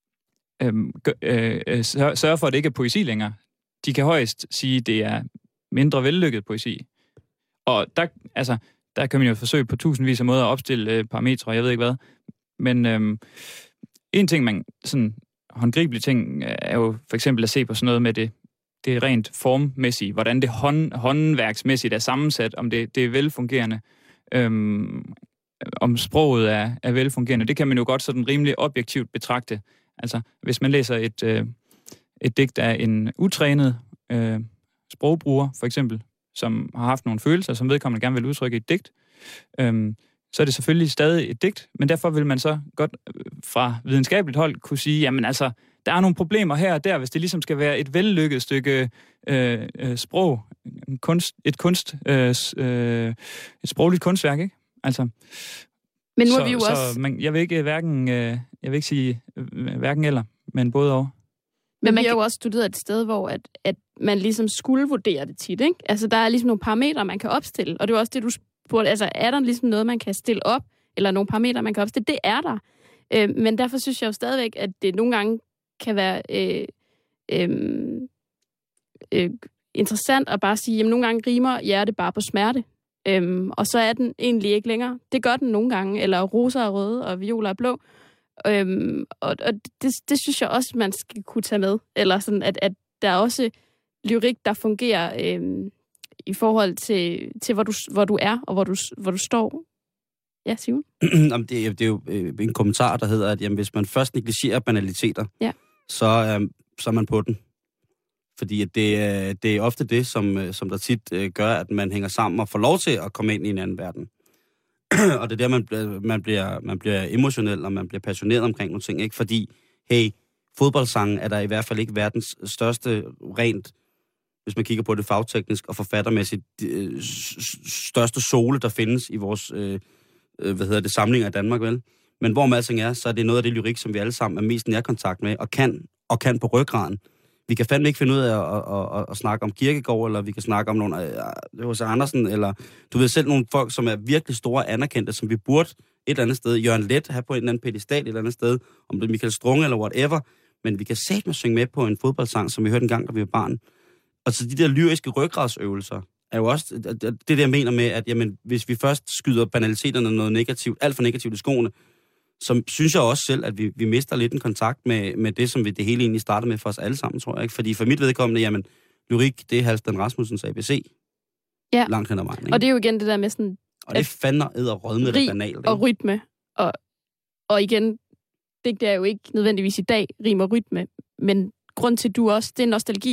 sørge for, at det ikke er poesi længere. De kan højst sige, at det er mindre vellykket poesi. Og der kan man jo forsøge på tusindvis af måder at opstille parametre, jeg ved ikke hvad. Men en ting, man sådan håndgribelig ting, er jo for eksempel at se på sådan noget med det rent formmæssige, hvordan det håndværksmæssigt er sammensat, om det er velfungerende, om sproget er velfungerende. Det kan man jo godt sådan rimelig objektivt betragte. Altså, hvis man læser et digt af en utrænet sprogbruger, for eksempel, som har haft nogle følelser, som vedkommende gerne vil udtrykke i et digt, så er det selvfølgelig stadig et digt, men derfor vil man så godt fra videnskabeligt hold kunne sige, jamen altså, der er nogle problemer her og der, hvis det ligesom skal være et vellykket stykke sprog, et sprogligt kunstværk, ikke? Altså, men nu er vi jo også... Jeg vil ikke sige hverken eller, men både og. Men vi har jo også studeret et sted, hvor at man ligesom skulle vurdere det tit, ikke? Altså, der er ligesom nogle parametre, man kan opstille, og det er også det, du spurgte. Altså, er der ligesom noget, man kan stille op, eller nogle parametre, man kan opstille? Det er der. Men derfor synes jeg jo stadigvæk, at det nogle gange kan være interessant at bare sige, at nogle gange rimer hjertet bare på smerte. Og så er den egentlig ikke længere. Det gør den nogle gange, eller roser er røde, og violer er blå. Og det synes jeg også, man skal kunne tage med. Eller sådan, at der er også lyrik, der fungerer i forhold til hvor du er, og hvor du står. Ja, Simon? Det er jo en kommentar, der hedder, at jamen, hvis man først negligerer banaliteter, ja, så er man på den. Fordi at det er ofte det, som der tit gør, at man hænger sammen og får lov til at komme ind i en anden verden. Og det er der, man bliver emotionel, og man bliver passioneret omkring nogle ting. Ikke? Fordi, hey, fodboldsangen er der i hvert fald ikke verdens største, rent, hvis man kigger på det fagteknisk og forfattermæssigt, største sole, der findes i vores samlinger i Danmark, vel? Men hvor man alting er, så er det noget af det lyrik, som vi alle sammen er mest nærkontakt med, og kan på ryggraden. Vi kan fandme ikke finde ud af at snakke om Kierkegaard, eller vi kan snakke om nogle H.C. Andersen, eller du ved selv nogle folk, som er virkelig store anerkendte, som vi burde et eller andet sted, Jørgen Leth, have på en eller anden pedestal et eller andet sted, om det er Michael Strunge eller whatever, men vi kan satme synge med på en fodboldsang, som vi hørte en gang, da vi var barn. Og så de der lyriske ryggradsøvelser er jo også det, jeg mener med, at jamen, hvis vi først skyder banaliteterne noget negativt, alt for negativt i skoene, så synes jeg også selv, at vi mister lidt en kontakt med det, som det hele egentlig startede med for os alle sammen, tror jeg. Ikke? Fordi for mit vedkommende, jamen, lyrik, det er Halfdan Rasmussens ABC. Ja. Langt hen ad vejen. Ikke? Og det er jo igen det der med sådan... Og det fandme edderrødme, det banalt. Ikke? Og rytme. Og igen, det er jo ikke nødvendigvis i dag, rim og rytme, men grund til, du også, det er nostalgien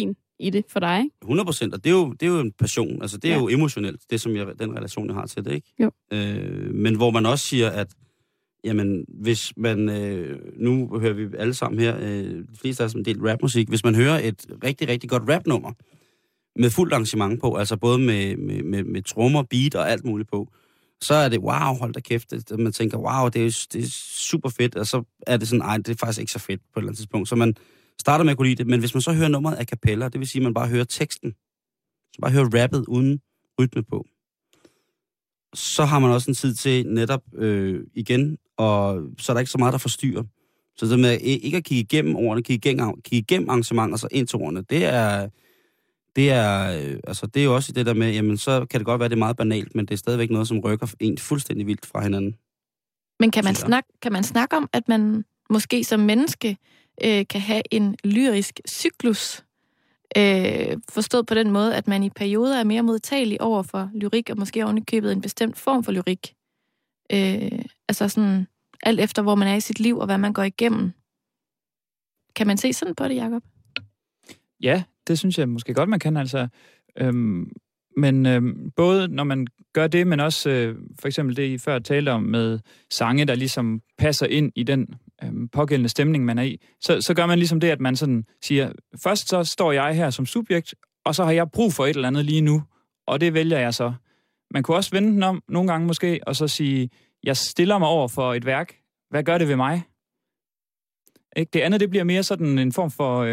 i det for dig, ikke? 100%, og det er jo en passion. Altså, det er jo emotionelt, det som den relation, jeg har til det, ikke? Jo. Men hvor man også siger, at jamen, hvis man... nu hører vi alle sammen her, de fleste af os en del rapmusik. Hvis man hører et rigtig, rigtig godt rapnummer, med fuldt arrangement på, altså både med trommer, beat og alt muligt på, så er det, wow, hold da kæft. Man tænker, wow, det er super fedt, og så er det sådan, ej, det er faktisk ikke så fedt på et eller andet tidspunkt. Så man starter med at kunne lide det, men hvis man så hører nummeret a cappella, det vil sige, at man bare hører teksten, så bare hører rappet uden rytme på, så har man også en tid til netop igen, og så er der ikke så meget, der forstyrrer. Så det med ikke at kigge igennem ordene, kigge igennem arrangementer, så ind til ordene, det er jo også det der med, jamen så kan det godt være, det er meget banalt, men det er stadigvæk noget, som rykker en fuldstændig vildt fra hinanden. Men kan man snakke om, at man måske som menneske kan have en lyrisk cyklus, forstået på den måde, at man i perioder er mere modtagelig over for lyrik, og måske ovenikøbet en bestemt form for lyrik. Altså sådan alt efter, hvor man er i sit liv, og hvad man går igennem. Kan man se sådan på det, Jacob? Ja, det synes jeg måske godt, man kan. Altså, men både når man gør det, men også for eksempel det, I før talte om med sange, der ligesom passer ind i den pågældende stemning, man er i, så gør man ligesom det, at man sådan siger, først så står jeg her som subjekt, og så har jeg brug for et eller andet lige nu, og det vælger jeg så. Man kunne også vende den om nogle gange måske, og så sige, jeg stiller mig over for et værk. Hvad gør det ved mig? Ikke? Det andet, det bliver mere sådan en form for...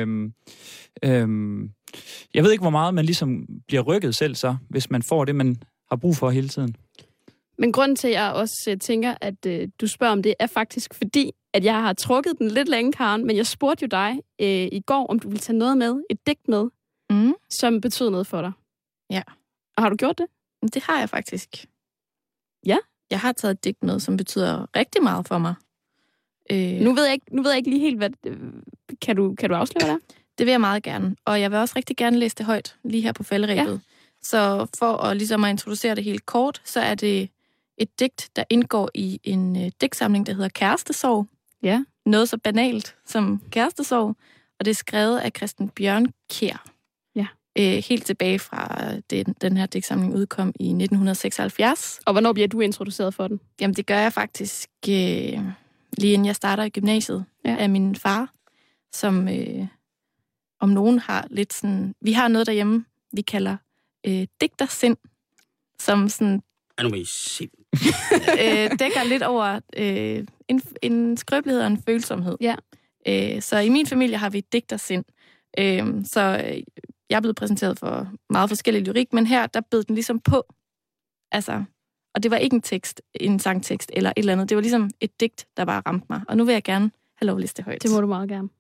jeg ved ikke, hvor meget man ligesom bliver rykket selv så, hvis man får det, man har brug for hele tiden. Men grunden til, at jeg også tænker, at du spørger om det, er faktisk fordi, at jeg har trukket den lidt længe, Karen, men jeg spurgte jo dig i går, om du ville tage noget med, et digt med, som betyder noget for dig. Ja. Og har du gjort det? Det har jeg faktisk. Ja? Jeg har taget et digt med, som betyder rigtig meget for mig. Nu ved jeg ikke lige helt, hvad... Kan du afsløre det? Det vil jeg meget gerne. Og jeg vil også rigtig gerne læse det højt, lige her på falderebet. Ja. Så for at ligesom at introducere det helt kort, så er det et digt, der indgår i en digtsamling, der hedder Kærestesorg. Ja. Noget så banalt som kærestesorg. Og det er skrevet af Christen Bjørnkjær. Ja. Helt tilbage fra den her digtsamling udkom i 1976. Og hvornår bliver du introduceret for den? Jamen, det gør jeg faktisk lige inden jeg starter i gymnasiet af min far, som om nogen har lidt sådan... Vi har noget derhjemme, vi kalder digtersind, som sådan... dækker lidt over en skrøbelighed og en følsomhed. Ja. Så i min familie har vi digtersind. Så jeg er blevet præsenteret for meget forskellig lyrik, men her, der bød den ligesom på. Altså, og det var ikke en sangtekst eller et eller andet. Det var ligesom et digt, der bare ramte mig. Og nu vil jeg gerne have lov at læse det højt. Det må du meget gerne.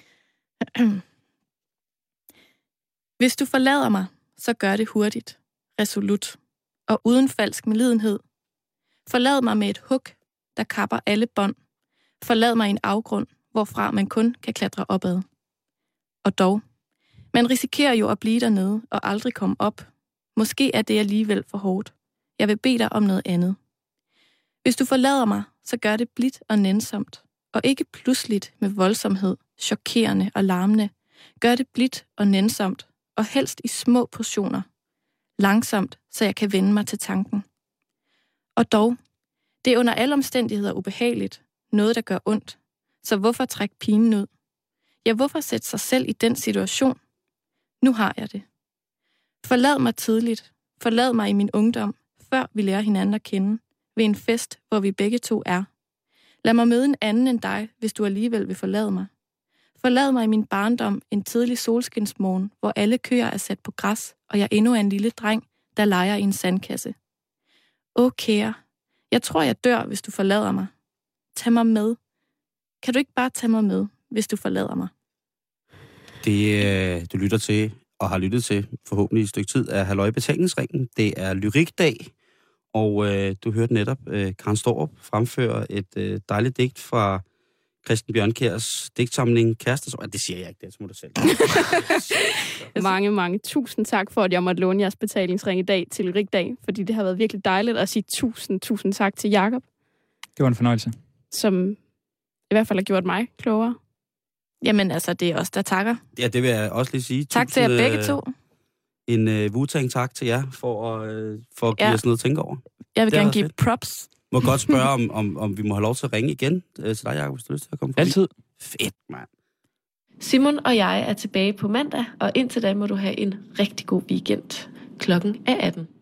Hvis du forlader mig, så gør det hurtigt, resolut og uden falsk medlidenhed. Forlad mig med et hug, der kapper alle bånd. Forlad mig i en afgrund, hvorfra man kun kan klatre opad. Og dog, man risikerer jo at blive dernede og aldrig komme op. Måske er det alligevel for hårdt. Jeg vil bede dig om noget andet. Hvis du forlader mig, så gør det blidt og nænsomt, og ikke pludseligt med voldsomhed, chokerende og larmende. Gør det blidt og nænsomt, og helst i små portioner. Langsomt, så jeg kan vende mig til tanken. Og dog, det er under alle omstændigheder ubehageligt, noget der gør ondt. Så hvorfor trække pinen ud? Ja, hvorfor sætte sig selv i den situation? Nu har jeg det. Forlad mig tidligt. Forlad mig i min ungdom, før vi lærer hinanden at kende, ved en fest, hvor vi begge to er. Lad mig møde en anden end dig, hvis du alligevel vil forlade mig. Forlad mig i min barndom en tidlig solskinsmorgen, hvor alle køer er sat på græs, og jeg endnu er en lille dreng, der leger i en sandkasse. Åh, kære, jeg tror, jeg dør, hvis du forlader mig. Tag mig med. Kan du ikke bare tage mig med, hvis du forlader mig? Det, du lytter til, og har lyttet til forhåbentlig et stykke tid, er Halløj Betalingsringen. Det er Lyrikdag, og du hørte netop Karen Storup fremføre et dejligt digt fra Christen Bjørnkjærs digtsamling Kærestesorg. Det siger jeg ikke, det må du selv. Mange tusind tak for, at jeg måtte låne jeres betalingsring i dag til Lyrikdag, fordi det har været virkelig dejligt at sige tusind tak til Jacob. Det var en fornøjelse. Som i hvert fald har gjort mig klogere. Jamen altså, det er os, der takker. Ja, det vil jeg også lige sige. Tak til jer begge to. En Wu-Tang tak til jer for at give os noget at tænke over. Jeg vil Det har gerne været give fedt. props. Må godt spørge, om vi må have lov til at ringe igen til dig, Jacob, hvis du har lyst til at komme forbi. Altid. Fedt, mand. Simon og jeg er tilbage på mandag, og indtil da må du have en rigtig god weekend. Klokken er 18.